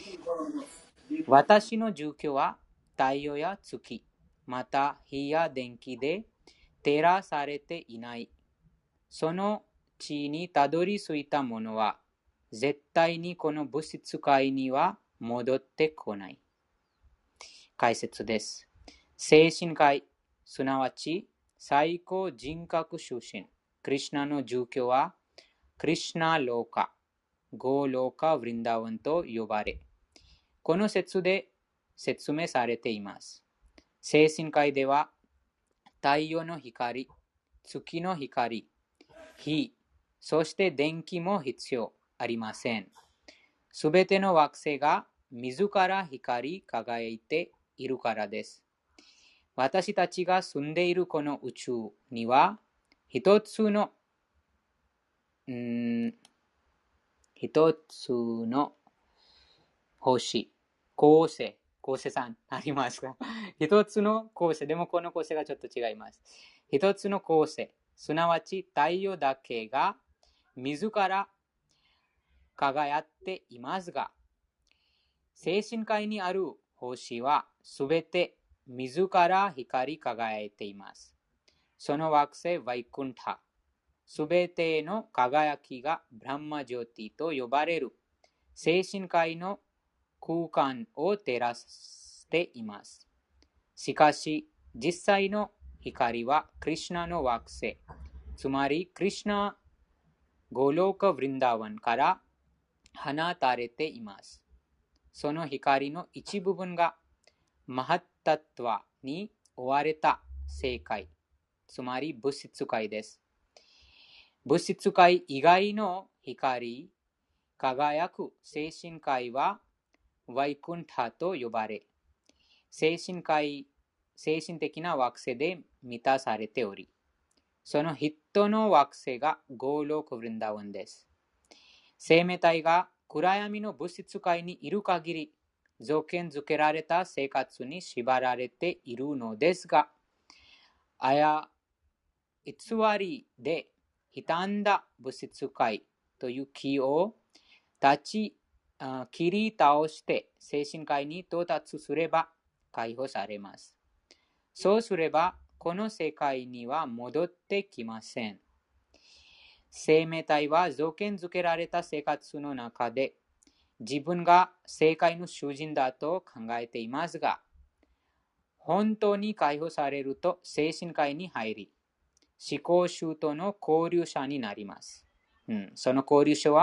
私の住居は太陽や月、また火や電気で照らされていない。その地にたどり着いた者は、絶対にこの物質界には戻ってこない。解説です。精神界、すなわち最高人格出身、クリシュナの住居は、クリシュナローカ、ゴーローカ・ヴリンダワンと呼ばれ、この説で説明されています。精神界では、太陽の光、月の光、火、そして電気も必要ありません。すべての惑星が自ら光り輝いているからです。私たちが住んでいるこの宇宙には、一つの、うーん、一つの星、恒星、恒星さんありますか？一つの恒星、でもこの恒星がちょっと違います。一つの恒星、すなわち太陽だけが自ら輝っていますが、精神界にある星はすべて自ら光り輝いています。その惑星ワイクンタ、すべての輝きがブランマジョティと呼ばれる精神界の空間を照らしています。しかし、実際の光はクリシュナの惑星、つまりクリシュナゴローカ・ヴリンダワンから放たれています。その光の一部分がマハッタトワに追われた世界、つまり物質界です。物質界以外の光、輝く精神界はワイクンタと呼ばれ、精神界、精神的な惑星で満たされており、そのヒットの惑星がゴーローク・ヴリンダワンです。生命体が暗闇の物質界にいる限り、条件づけられた生活に縛られているのですが、あや偽りで傷んだ物質界という木を立ち切り倒して精神界に到達すれば解放されます。そうすれば、この世界には戻ってきません。生命体は条件づけられた生活の中で自分が世界の主人だと考えていますが、本当に解放されると精神界に入り、思考集との交流者になります。うん、その交流者は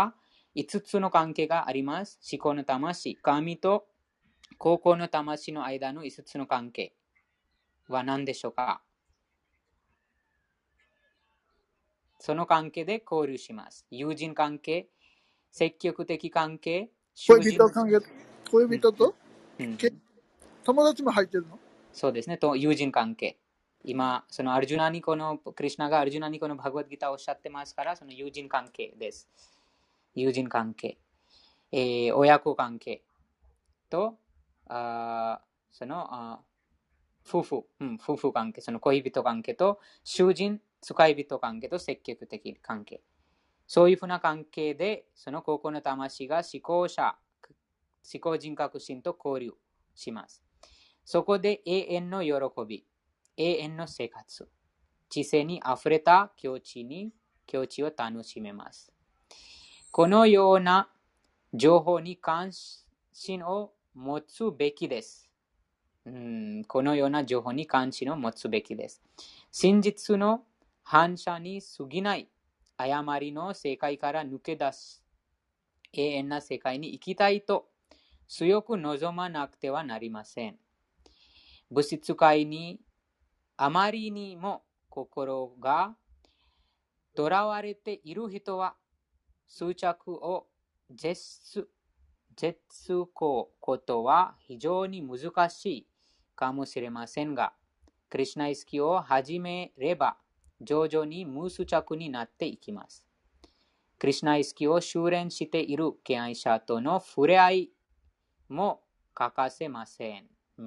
いつつの関係があります。思考の魂、神と高校の魂の間のいつつの関係は何でしょうか？その関係で交流します。友人関係、積極的関係、 恋人関係、恋人と、 うん、 友達も入ってるの？ そうですね、と友人関係。今、そのアルジュナにこの、クリシュナがアルジュナにこのバグワッドギターをおっしゃってますから、その友人関係です。友人関係、えー、親子関係と、あそのあ夫婦、うん、夫婦関係、その恋人関係と、囚人、使い人関係と積極的関係。そういうふうな関係で、その高校の魂が思考者、思考人格心と交流します。そこで永遠の喜び、永遠の生活、知性にあふれた境地に、境地を楽しめます。このような情報に関心を持つべきです。うん、このような情報に関心を持つべきです。真実の反射に過ぎない誤りの世界から抜け出す永遠な世界に行きたいと強く望まなくてはなりません。物質界にあまりにも心がとらわれている人は執着を絶す絶すことは非常に難しいかもしれませんが、クリシュナ意識を始めれば徐々に無執着になっていきます。クリシュナ意識を修練している敬愛者との触れ合いも欠かせません。うん、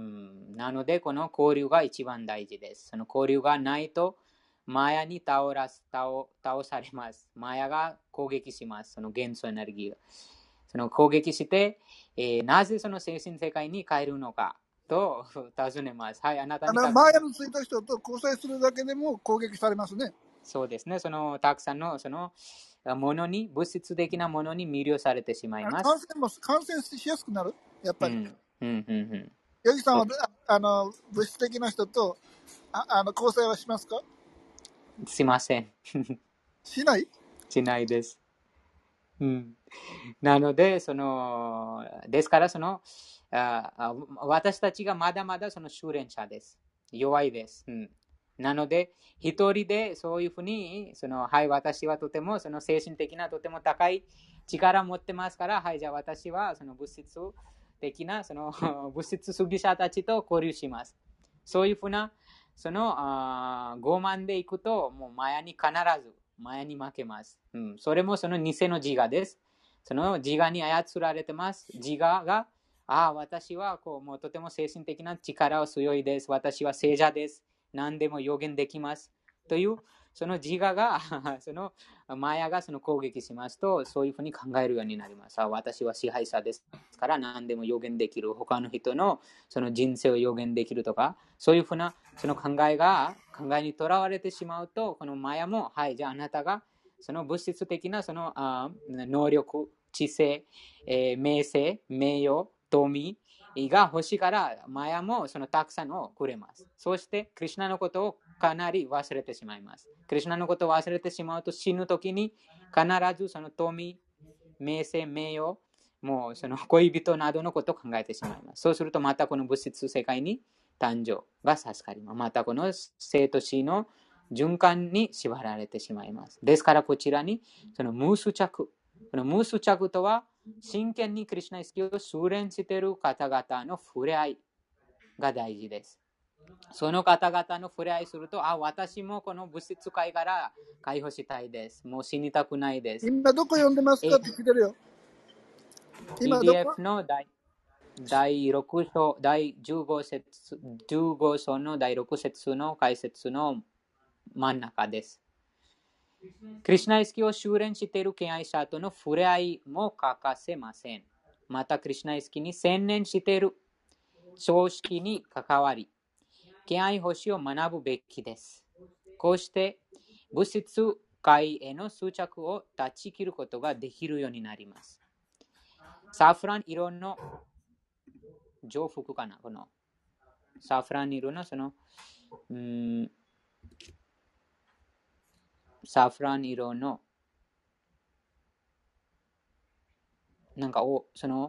なのでこの交流が一番大事です。その交流がないとマヤに倒らす 倒, 倒されます。マヤが攻撃します。その元素エネルギーが。その攻撃して、えー、なぜその精神世界に帰るのかと尋ねます。はい、あなたに。 マヤのついた人と交際するだけでも攻撃されますね。 そうですね。そのたくさんのそのものに、物質的なものに魅了されてしまいます。 感染も感染しやすくなるやっぱり。 うんうんうんうん。 ヨギさんはあの物質的な人とああの交際はしますか？ しません。 しないしないです。うん、なので、その、ですからそのあ、私たちがまだまだその修練者です。弱いです。うん、なので、一人でそういうふうに、そのはい、私はとてもその精神的なとても高い力を持ってますから、はい、じゃあ私はその物質的なその物質主義者たちと交流します。そういうふうなそのあ傲慢でいくと、もうマヤに必ずマヤに負けます。うん、それもその偽の自我です。その自我に操られてます。自我が、ああ、私はこうもうとても精神的な力を強いです。私は聖者です。何でも予言できます。という、その自我が、そのマヤがその攻撃しますと、そういうふうに考えるようになります。あ、私は支配者ですから何でも予言できる。他の人のその人生を予言できるとか、そういうふうなその考えが、考えにとらわれてしまうと、このマヤも、はい、じゃああなたがその物質的なそのあ能力、知性、えー、名声、名誉、富が欲しいから、マヤもそのたくさんをくれます。そして、クリシュナのことをかなり忘れてしまいます。クリシュナのことを忘れてしまうと、死ぬときに必ずその富、名声、名誉、もうその恋人などのことを考えてしまいます。そうすると、またこの物質世界に誕生が授かります。またこの生と死の循環に縛られてしまいます。ですからこちらにその無執着。この無執着とは真剣にクリシュナ意識を修練している方々の触れ合いが大事です。その方々の触れ合いすると、あ、私もこの物質界から解放したいです。もう死にたくないです。 今どこ読んでますかって聞いてるよ。 今 ピーディーエフ の第第ろく章、第じゅうご節、じゅうご章の第ろく節の解説の真ん中です。クリシュナ意識を修練している敬愛者との触れ合いも欠かせません。また、クリシュナ意識に専念している組織に関わり、敬愛星を学ぶべきです。こうして、物質界への執着を断ち切ることができるようになります。サフラン色の上服かなこのサフラン色のその、うん、サフラン色のなんかお、その、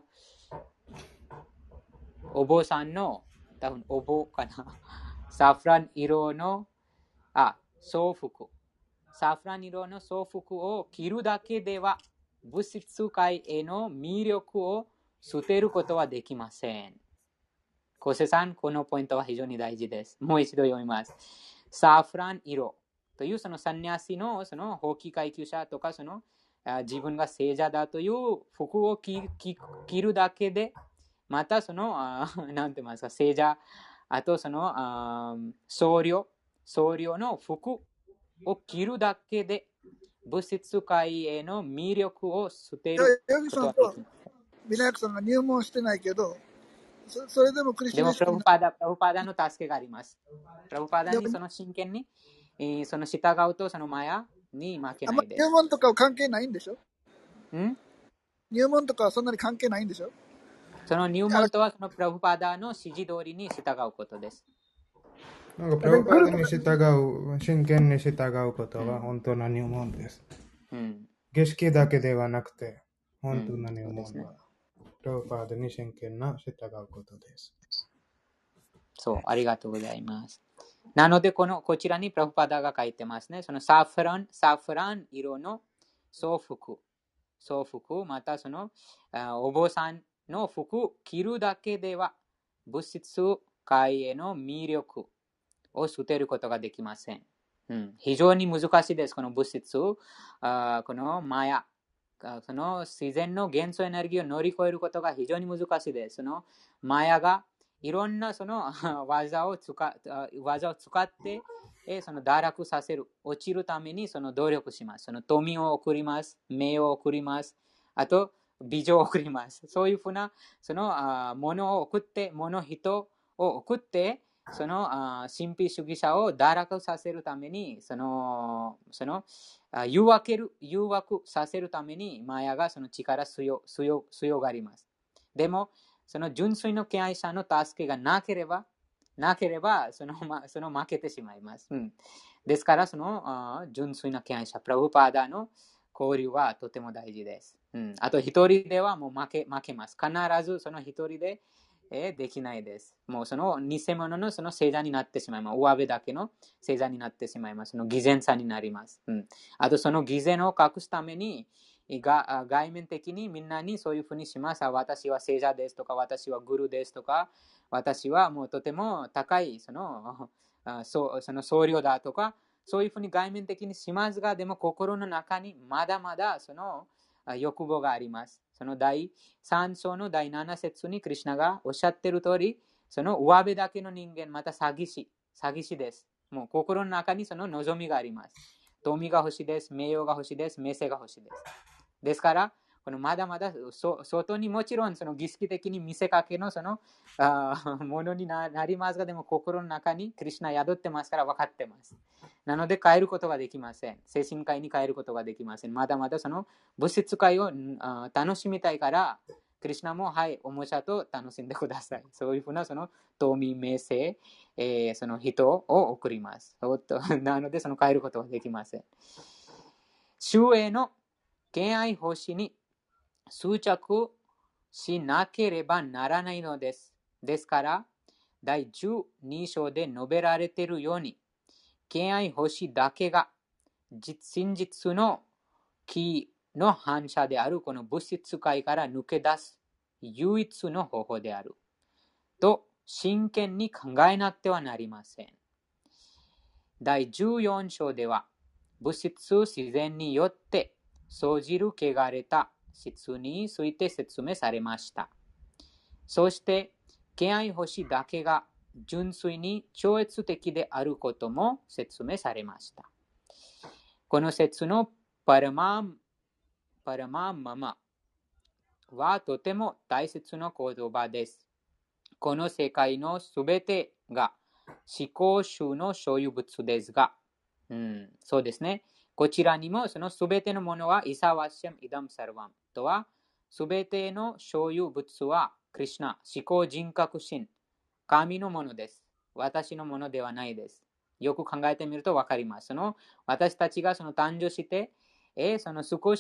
お坊さんの、多分お坊かな。サフラン色の、あ、装服。サフラン色の装服を着るだけでは、物質界への魅力を捨てることはできません。コセさん、このポイントは非常に大事です。もう一度読みます。サフラン色というそのサンニャシのその法規階級者とかその自分が聖者だという服を着るだけで、またその、なんて言いますか、聖者、あとその僧侶、僧侶の服を着るだけで、物質界への魅力を捨てることはできます。 ビナヤクさんが入門してないけど、そ, それでもクリシナでもプラブパダ、プラブパダの助けがあります。プラブパダにその真剣に、その従うとそのマヤに負けないです。 入門とかは関係ないんでしょ？ ん入門とかはそんなに関係ないんでしょ？ その入門とはそのプラブパダの指示通りに従うことです。 なんかプラブパダに従う、真剣に従うことは本当の入門です。うん、儀式だけではなくて、本当の入門は、うんプラブパダに真剣な従うことです。 そう、ありがとうございます。なので、このこちらにプラブパダが書いてますね。そのサフラン、サフラン色の装服、装服、またそのお坊さんの服着るだけでは、物質界への魅力を捨てることができません。うん、非常に難しいです。この物質、あこのマヤ。その自然の元素エネルギーを乗り越えることが非常に難しいです。そのマヤがいろんなその技を使技を使ってその堕落させる、落ちるためにその努力します。その富を送ります、名を送ります、あと美女を送ります。そういうふうなそのものを送って、物人を送って、その神秘主義者を堕落させるために、そのその誘惑誘惑させるためにマヤがその力強強強がります。でもその純粋の敬愛者の助けがなければなければそのその負けてしまいます。うん、ですからその純粋な敬愛者プラブパーダの交流はとても大事です。うん、あと一人ではもう負け負けます。必ずその一人でえできないです。もうその偽物のその聖者になってしまいます。上辺だけの聖者になってしまいます。その偽善さになります。うん、あとその偽善を隠すためにが外面的にみんなにそういうふうにします。私は聖者ですとか、私はグルですとか、私はもうとても高いそのそその僧侶だとか、そういうふうに外面的にしますが、でも心の中にまだまだその欲望があります。その第さん章の第なな節にクリシュナがおっしゃっている通り、その上辺だけの人間、また詐欺師、詐欺師です。もう心の中にその望みがあります。富が欲しいです、名誉が欲しいです、名声が欲しいです。ですから、このまだまだ外にもちろんその儀式的に見せかけのそのあものになりますが、でも心の中にクリシュナ宿ってますから分かってます。なので変えることができません。精神界に変えることができません。まだまだその物質界を楽しみたいから、クリシュナもはい、おもちゃと楽しんでください。そういうふうなその富、名声、えー、その人を送ります。なのでその変えることができません。周への敬愛奉仕に執着しなければならないのです。ですから、だいじゅうに章で述べられているように、敬愛奉仕だけが真実の木の反射であるこの物質界から抜け出す唯一の方法であると真剣に考えなくてはなりません。だいじゅうよん章では、物質自然によって生じる汚れた質について説明されました。そして、敬愛奉仕だけが純粋に超越的であることも説明されました。この説のパラマー、パラマーママはとても大切な言葉です。この世界のすべてが思考主の所有物ですが、うん、そうですね。こちらにもそのすべてのものはイサワシャムイダムサルワムとは、すべての所有物はクリシュナ、思考人格心、神のものです。私のものではないです。よく考えてみると分かります。その私たちがその誕生して、えー、その少し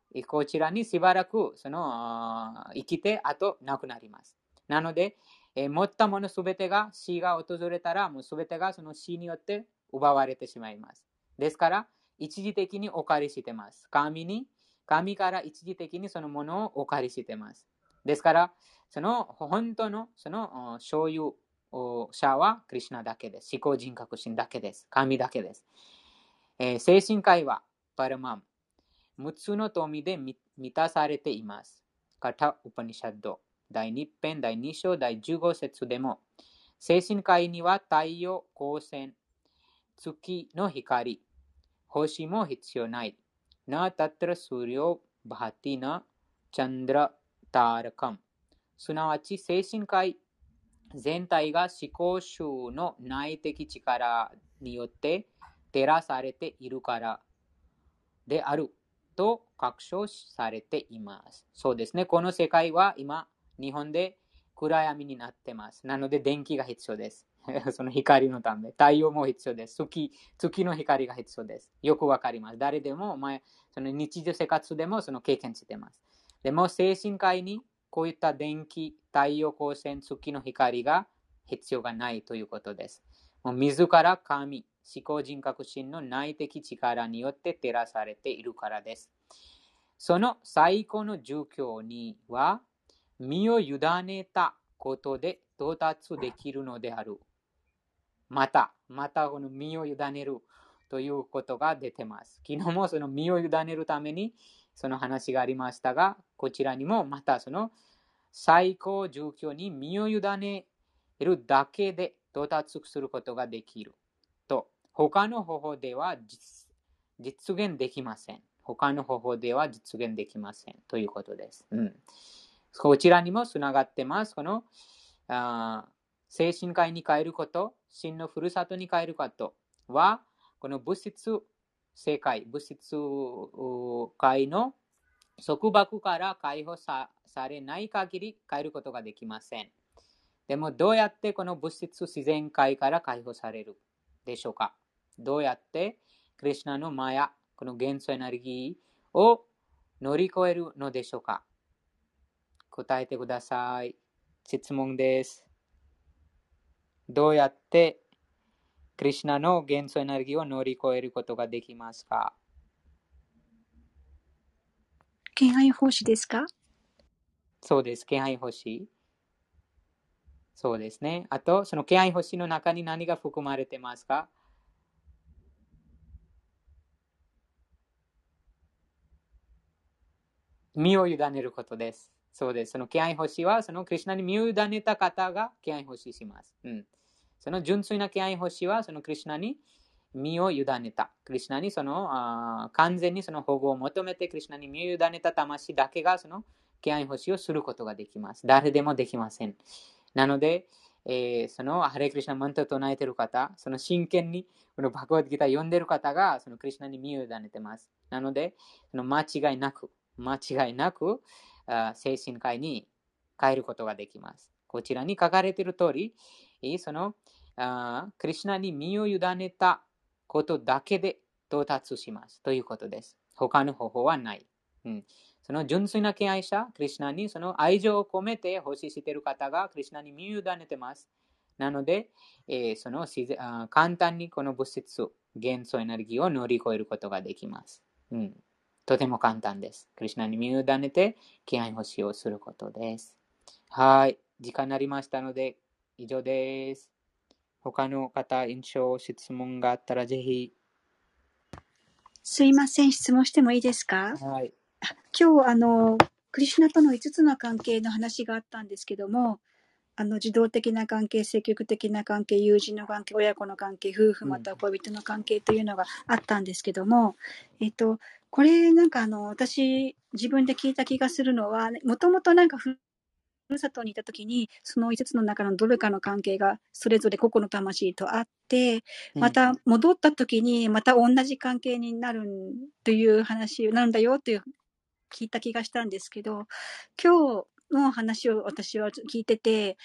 こちらにしばらくその生きて、あと亡くなります。なので、えー、持ったものすべてが死が訪れたら、もうすべてがその死によって奪われてしまいます。ですから、一時的にお借りしてます。神に、神から一時的にそのものをお借りしてます。ですから、その本当のその所有者はクリシュナだけです。思考人格心だけです。神だけです。えー、精神界はパラマム、むつの富で満たされています。カタウパニシャッドだいに編だいに章だいじゅうご節でも、精神界には太陽、光線、月の光、星も必要ない。なタトラスーリョバハティナチャンドラタラカム。すなわち精神界全体が思考集の内的力によって照らされているからであると確証されています。そうですね。この世界は今、日本で暗闇になっています。なので電気が必要です。その光のため。太陽も必要です。月、月の光が必要です。よくわかります。誰でも、前その日常生活でもその経験しています。でも精神界にこういった電気、太陽光線、月の光が必要がないということです。もう自ら神、思考人格心の内的力によって照らされているからです。その最高の状況には、身を委ねたことで到達できるのである。また、またこの身を委ねるということが出てます。昨日もその身を委ねるためにその話がありましたが、こちらにもまたその最高状況に身を委ねるだけで到達することができると、他の方法では 実, 実現できません。他の方法では実現できませんということです。うん、こちらにもつながってます。このあ精神界に帰ること、真のふるさとに帰ることは、この物質世界、物質界の束縛から解放 さ, されない限り帰ることができません。でもどうやってこの物質自然界から解放されるでしょうか。どうやってクリシュナのマヤ、この元素エネルギーを乗り越えるのでしょうか。答えてください。質問です。どうやってクリシュナの元素エネルギーを乗り越えることができますか。 敬愛奉仕ですか。 そうです。敬愛奉仕。そうですね。あと、その敬愛奉仕の中に何が含まれてますか。身を委ねることです。そうです。その敬愛奉仕は、そのクリシュナに身を委ねた方が敬愛奉仕します。うん。その純粋な敬愛奉仕は、そのクリシュナに身を委ねた。クリシュナにそのあ完全にその保護を求めて、クリシュナに身を委ねた魂だけがその敬愛奉仕をすることができます。誰でもできません。なので、えー、そのハレクリシュナマントを唱えている方、その真剣にこのバグワッドギターを読んでいる方が、そのクリシュナに身を委ねています。なので、その間違いなく、間違いなく、あ精神界に変えることができます。こちらに書かれている通り、そのあクリシュナに身を委ねたことだけで到達しますということです。他の方法はない。うん、その純粋な敬愛者、クリシュナにその愛情を込めて奉仕している方がクリシュナに身を委ねています。なので、えー、そのあ簡単にこの物質、元素エネルギーを乗り越えることができます。うん、とても簡単です。クリシュナに身を委ねて敬愛奉仕をすることです。はい、時間になりましたので以上です。他の方、印象、質問があったらぜひ。 すいません、質問してもいいですか。 はい。 今日あのクリシュナとのいつつの関係の話があったんですけども、あの自動的な関係、積極的な関係、友人の関係、親子の関係、夫婦または恋人の関係というのがあったんですけども、うん、えっとこれなんかあの私自分で聞いた気がするのは、もともとなんかふるさとにいたときに、そのいつつの中のどれかの関係がそれぞれ個々の魂とあって、また戻ったときにまた同じ関係になるという話なんだよという聞いた気がしたんですけど、今日の話を私は聞いてて、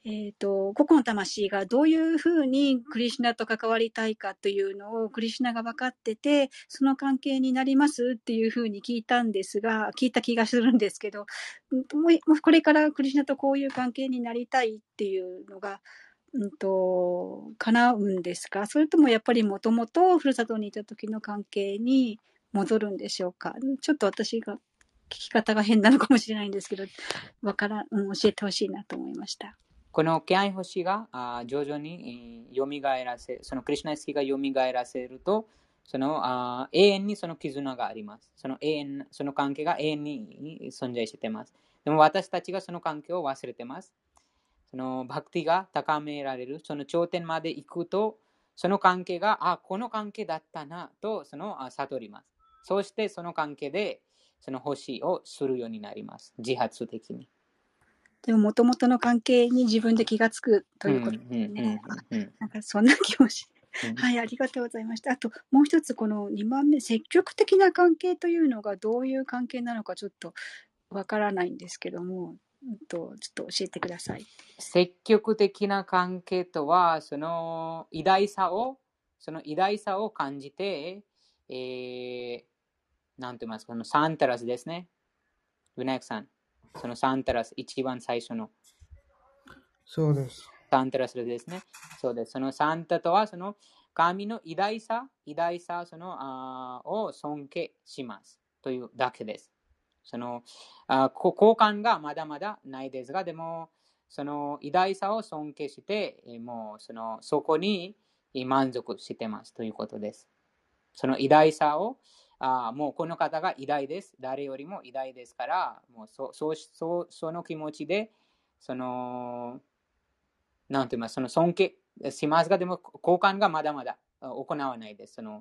えっと、個々の魂がどういうふうにクリシュナと関わりたいかというのをクリシュナが分かってて、その関係になりますっていうふうに聞いたんですが、聞いた気がするんですけど、うんともうもうこれからクリシュナとこういう関係になりたいっていうのが、うんと、叶うんですか？それともやっぱりもともとふるさとにいた時の関係に戻るんでしょうか？ちょっと私が聞き方が変なのかもしれないんですけど、わからん、うん、教えてほしいなと思いました。 この気合星があ徐々に蘇らせ、そのクリシュナ意識が蘇らせると、そのあ永遠にその絆があります。その永遠、その関係が永遠に存在しています。でも私たちがその関係を忘れています。そのバクティが高められる、その頂点まで行くと、その関係が、あ、この関係だったなと、その悟ります。そしてその関係で、その星をするようになります。自発的に。 でも、もともとの関係に自分で気がつくということですね。なんかそんな気もし、はい、ありがとうございました。あと、もう一つ、このにばんめ、積極的な関係というのがどういう関係なのかちょっとわからないんですけども、うんと、ちょっと教えてください。 積極的な関係とは、その偉大さを、その偉大さを感じて、えー、なんて言いますか、そのサンタラスですね。ウナヤクさん。そのサンタラス、一番最初の。 そうです。 サンタラスですね。そうです。そのサンタとは、その神の偉大さ、偉大さそのあを尊敬しますというだけです。そのあ交換がまだまだないですが、でも、その偉大さを尊敬して、もうそのそこに満足してますということです。その偉大さをあもうこの方が偉大です。誰よりも偉大ですから、もう そ, そ, そ, その気持ちで、その、なんて言います、その尊敬しますが、でも交換がまだまだ行わないです。その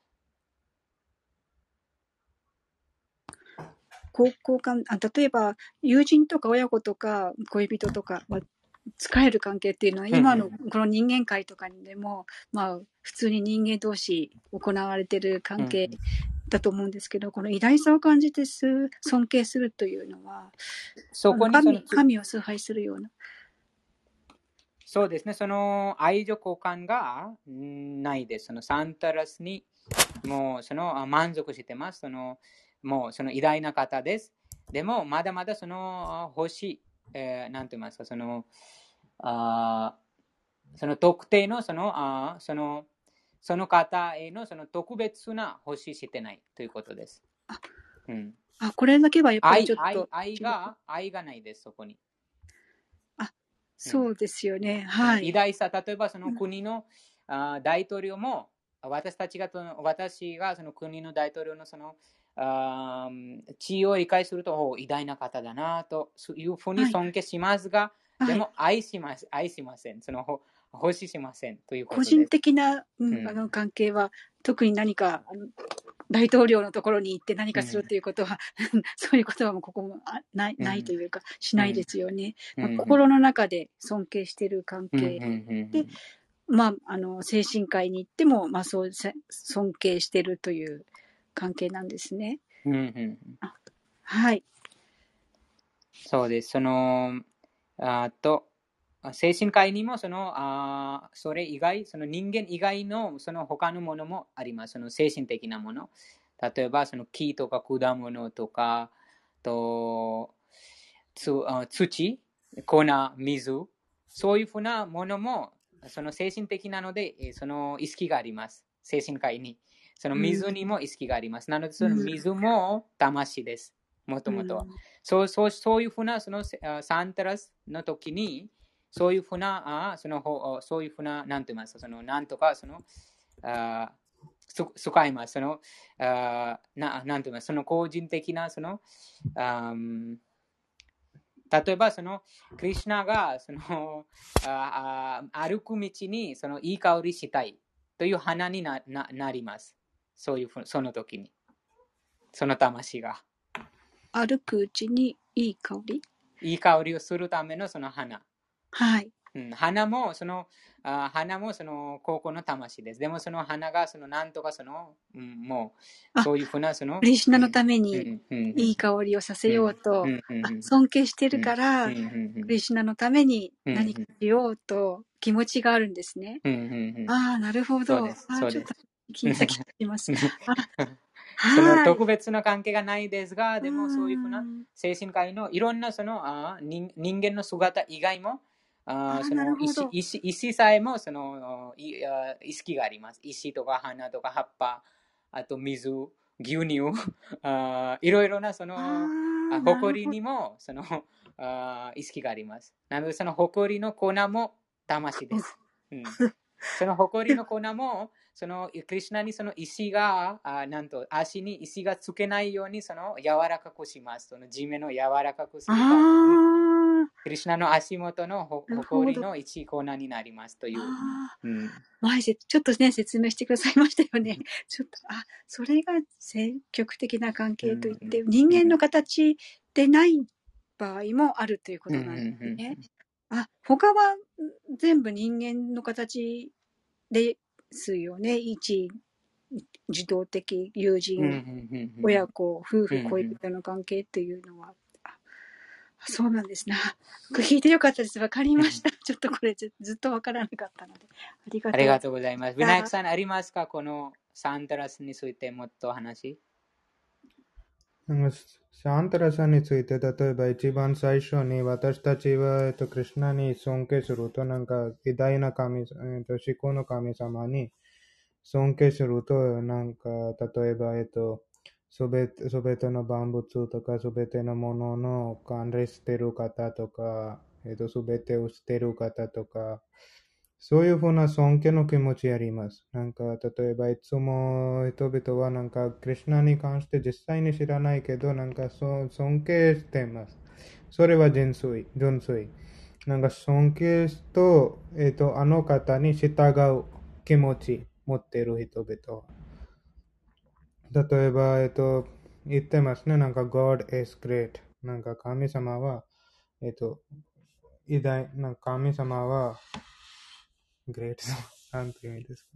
交換あ、例えば、友人とか親子とか恋人とか、まあ、使える関係っていうのは、今のこの人間界とかにでも、まあ、普通に人間同士行われている関係だと思うんですけど、この偉大さを感じてす尊敬するというのは、 そこにその 神, 神を崇拝するような。 そうですね、その愛情交換がないです。そのサンタラスにもうその満足してます。そのもうその偉大な方です。でも、まだまだその星、えー、なんて言いますか、その、あその特定のその、あその、その方へのその特別な星してないということです。 あ、 うん、 あこれだけはやっぱりちょっと愛、愛が、愛がないです、そこに。 あ、そうですよね。はい。 偉大さ、例えばその国の、うん、あ大統領も、私たちが、私がその国の大統領のその、あ地位を理解すると偉大な方だなというふうに尊敬しますが、はい、でも愛します、愛しません。その奉仕しませんということです。 個人的な、うん、あの関係は、特に何かあの大統領のところに行って何かするということは、うん、そういうことはもうここもない、ないというか、しないですよね。うんまあ、心の中で尊敬している関係で、まあ、あの精神科医に行っても、まあ、そう尊敬しているという関係なんですね。 うんうん、 はい。 そうです。その、あと、精神科医にもそのあそれ以外、その人間以外のその他のものもあります。その精神的なもの。例えば、その木とか果物とか、と土、粉、水、そういうふうなものもその精神的なので、その意識があります。精神科医に。その水にも意識があります。うん、なので、その水も魂です。もともとは。うん、そうそうそういうふうなそのサンタラスの時に、そういうふうな、あそのそういうふうな、なんて言いますか、そのなんとか、その、あ使います。その、あななんて言いますか、その個人的な、その、あ例えば、その、クリシュナが、その、あ歩く道に、その、いい香りしたいという花に な, な, なります。そういうふう、その時に。その魂が。 歩くうちにいい香りいい香りをするためのその花。 はい。 うん、花もそのあ花もその高校の魂です。でもその花がそのなんとかその、うん、もうそういうふうなそのクリシュナのためうんにうんうんいい香りをさせよううと、 んうんあ、尊敬してるかうんら、 うんうんクリシュナのためにうん何かしようと気持ちがあるんですね。 うんうんうんああ、なるほど。 そうです、 ああ、ちょっとそうです。 聞いた気がします。あ、 そのはい。 特別な関係がないですが、 うでもそういうふうなーん。 精神科医のいろんなそのあ人人間の姿以外も、あああ、 そなるほの石ど。 石石さえもそのいあ意識があります。石とか花とか葉っぱ、あと水、牛乳、あいろいろなそあのあ、 あなるほど。 誇りにもそのあ意識があります。なのでその誇りの粉も魂です。うん、その誇りの粉もそのクリシュナにその石が、あなんと足に石がつけないようにその柔らかくします。その地面を柔らかくすあるために、 あ、 クリシュナの足元のほなるほど。 誇りの一粉になりますという。 ああ、 うん、 前せ、ちょっとね、説明してくださいましたよね。ちょっと、あ、それが積極的な関う係といっん、 て、人うん、 間の形でない場合もあるというこうん、 となんですうん、 ね。あ、他はん全部人間の形ですよね。一、受動的、友うん、 人、 うん、 親子、夫婦、 うん、 恋人の関係っていうのは。あ、そうなんですね。あ聞いてよかったです。わかりました。ちょっとこれずずっとわからなかったので。ありがとうございありがとうございます。ビました。 ナヤクさん、ありますかこのサンタラスについてもっと話。 なんかシャンタラさんについて、例えば一番最初に私たちは、えっと、クリシュナに尊敬すると、なんか偉大な神、えっと、思考の神様に尊敬すると、なんか、例えば、えっと、すべて、すべての万物とか、すべてのものの管理してる方とか、えっと、すべてをしてる方とか、そういうふうな尊敬の気持ちあります。なんか、例えば、いつも人々は、なんか、クリシュナに関して実際に知らないけど、なんか、そ尊敬しています。それは純粋、純粋。なんか、尊敬と、えっと、あの方に従う気持ち持っている人々は。例えば、えっと、言ってますね。なんか、God is great。なんか、神様は、えっと、偉大、なんか、神様は、グレートなんて意味ですか？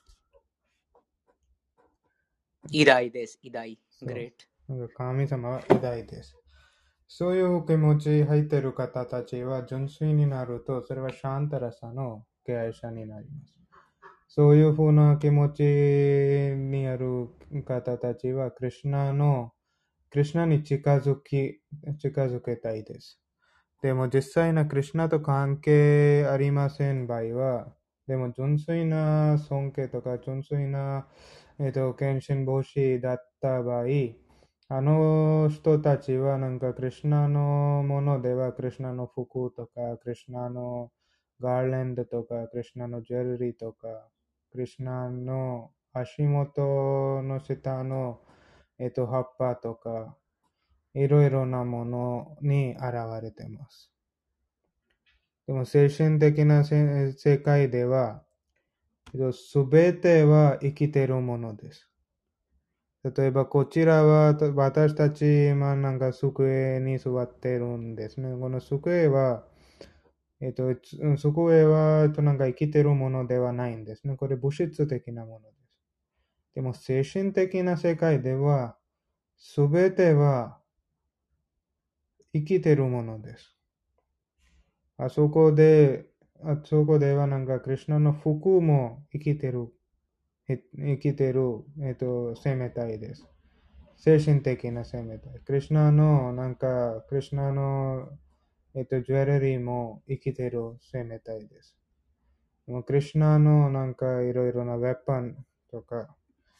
偉大です。偉大。 そう。 グレート。 なんか神様は偉大です。そういう気持ち入っている方たちは純粋になると、それはシャンタラサの敬愛者になります。そういうふうな気持ちにある方たちは、クリシュナの、クリシュナに近づき、近づけたいです。でも実際なクリシュナと関係ありません場合は、でも純粋な尊敬とか純粋な、えっと、献身防止だった場合、あの人たちはなんかクリシュナのものでは、クリシュナの服とか、クリシュナのガーランドとか、クリシュナのジュエリーとか、クリシュナの足元の下の、えっと、葉っぱとか、いろいろなものに現れています。でも精神的な世界では、すべては生きているものです。例えば、こちらは私たち、まあ、なんか机に座っているんですね。この机は、えっと、机はなんか生きているものではないんですね。これ物質的なものです。でも、精神的な世界では、すべては生きているものです。あそこで、あそこではなんか、クリシュナの服も生きてる、生きてる、えっと、生命体です。精神的な生命体。クリシュナの、なんか、クリシュナの、えっと、ジュエリーも生きてる生命体です。クリシュナの、なんか、いろいろなウェポンとか、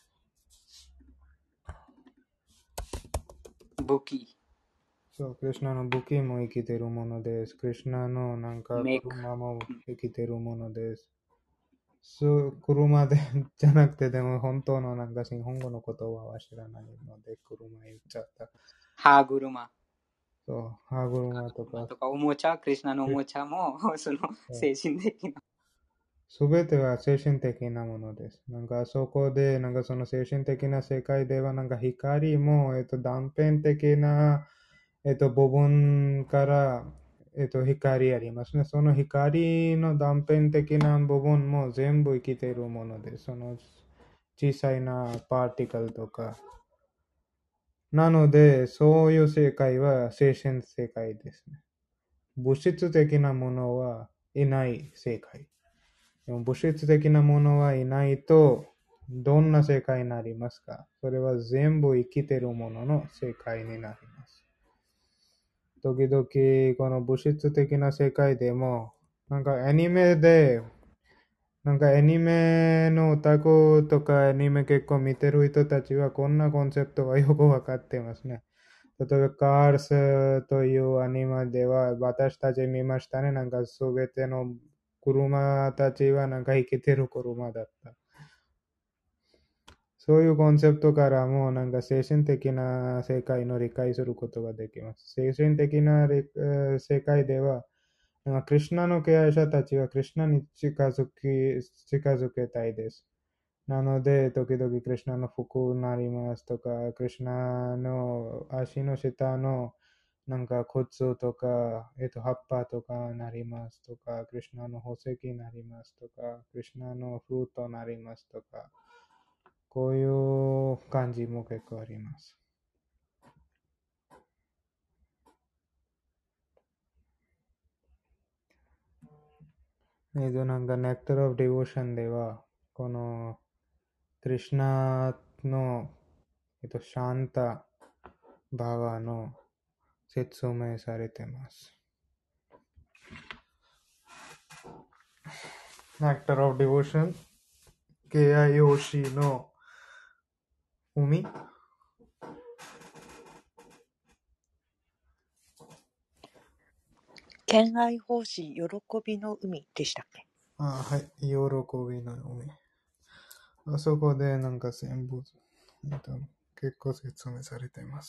武器。 そう、クリシュナの武器も生きてるものです。クリシュナの、なんか、 メイク。 車も生きてるものです。そう、車でじゃなくて、でも本当のなんか日本語の言葉は知らないので、車言っちゃった。 歯車。 そう、歯車とか。 とか、おもちゃ、クリシュナのおもちゃも、その精神的な。 すべては精神的なものです。なんかそこで、なんかその精神的な世界では、なんか光も、えっと、断片的な、えっと、部分から、 えっと、光ありますね。その光の断片的な部分も全部生きているものです。その小さいなパーティクルとか。なので、そういう世界は精神世界ですね。物質的なものはいない世界。でも物質的なものはいないと、どんな世界になりますか？それは全部生きているものの世界になります。時々、この物質的な世界でも、なんかアニメで、なんかアニメのオタクとかアニメ結構見てる人たちはこんなコンセプトはよくわかってますね。例えば、カースというアニメでは私たち見ましたね。なんかすべての車たちはなんか生きてる車だった。そういうコンセプトからもなんか精神的な世界の理解することができます。精神的な世界では、なんかクリシュナの敬愛者たちはクリシュナに近づき、近づけたいです。なので、時々クリシュナの服になりますとか、クリシュナの足の下のなんか靴とか、えっと、葉っぱとかなりますとか、クリシュナの宝石になりますとか、クリシュナのフルートになりますとか、こういう感じも結構あります。えっと、なんか、ネクター・オブ・ディボーションでは、この、クリシュナの、えっと、シャンタ・バワの説明されています。ネクター・オブ・ディボーション、ケーアイオーシー の海兼愛奉仕喜びの海でしたっけ？ あ、はい。喜びの海。あそこでなんか全部、えっと、結構説明されています。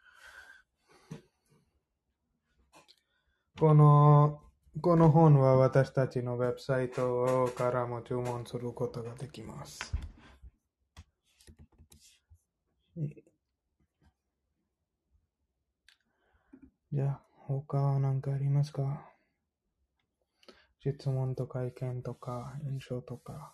この、この本は私たちのウェブサイトからも注文することができます。じゃあ、他は何かありますか？質問とか意見とか印象とか。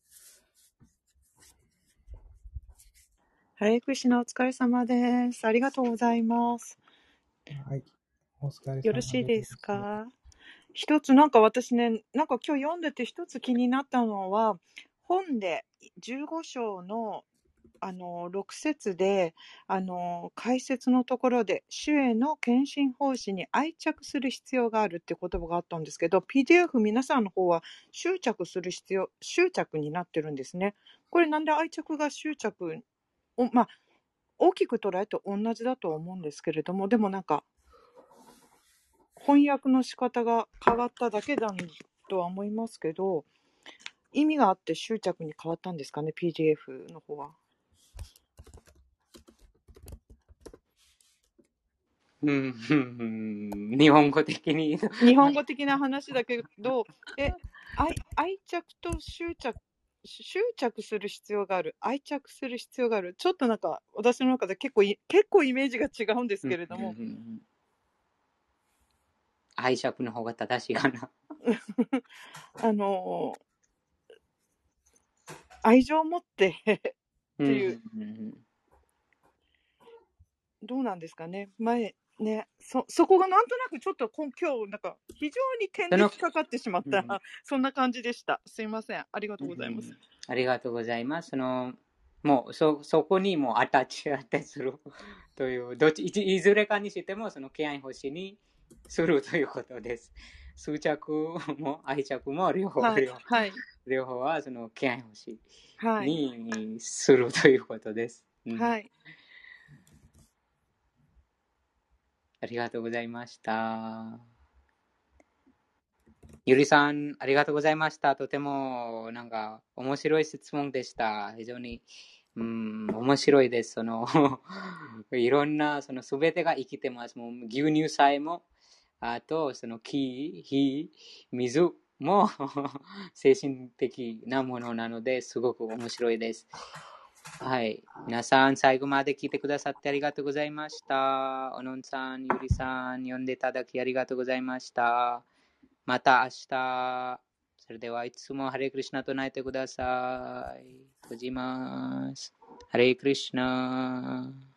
ハレークリシュナお疲れ様です。ありがとうございます。 はい。お疲れ様です。 よろしいですか？一つなんか私ね、なんか今日読んでて一つ気になったのは、本でじゅうご章のあのろく節であの解説のところで主への献身奉仕に愛着する必要があるって言葉があったんですけど、 ピーディーエフ 皆さんの方は執着する必要執着になってるんですね。これなんで愛着が執着を、まあ大きく捉えて同じだと思うんですけれども、でもなんか翻訳の仕方が変わっただけだとは思いますけど、意味があって執着に変わったんですかね、 ピーディーエフ の方は。 うん、日本語的に日本語的な話だけど、え、愛、愛着と執着、執着する必要がある、愛着する必要がある。ちょっとなんか私の中で結構い、結構イメージが違うんですけれども。 うんうんうん、愛着の方が正しいかな。 あの、愛情を持ってっていう、うんうんうん、どうなんですかね。前ね、そ、そこがなんとなくちょっと今日なんか非常に点で引っかかってしまった、うん、そんな感じでした。すいません。ありがとうございます。うん、 ありがとうございます。そのもう そ, そこにもアタッチアタッチするという、どっち い, いずれかにしてもその敬愛欲しにするということです。執着も愛着も両方、はいはい、両方はその敬愛欲しにするということです。はい。うん、ありがとうございました。ゆりさん、ありがとうございました。とてもなんか面白い質問でした。非常に、うん、面白いです。そのいろんなそのすべてが生きてます。もう牛乳さえも、あとその木、火、水も精神的なものなのですごく面白いです。 はい。皆さん、最後まで聞いてくださってありがとうございました。おのんさん、ゆりさん、呼んでいただきありがとうございました。また明日。それではいつもハレクリシナと唱えてください。閉じます。ハレクリシナ。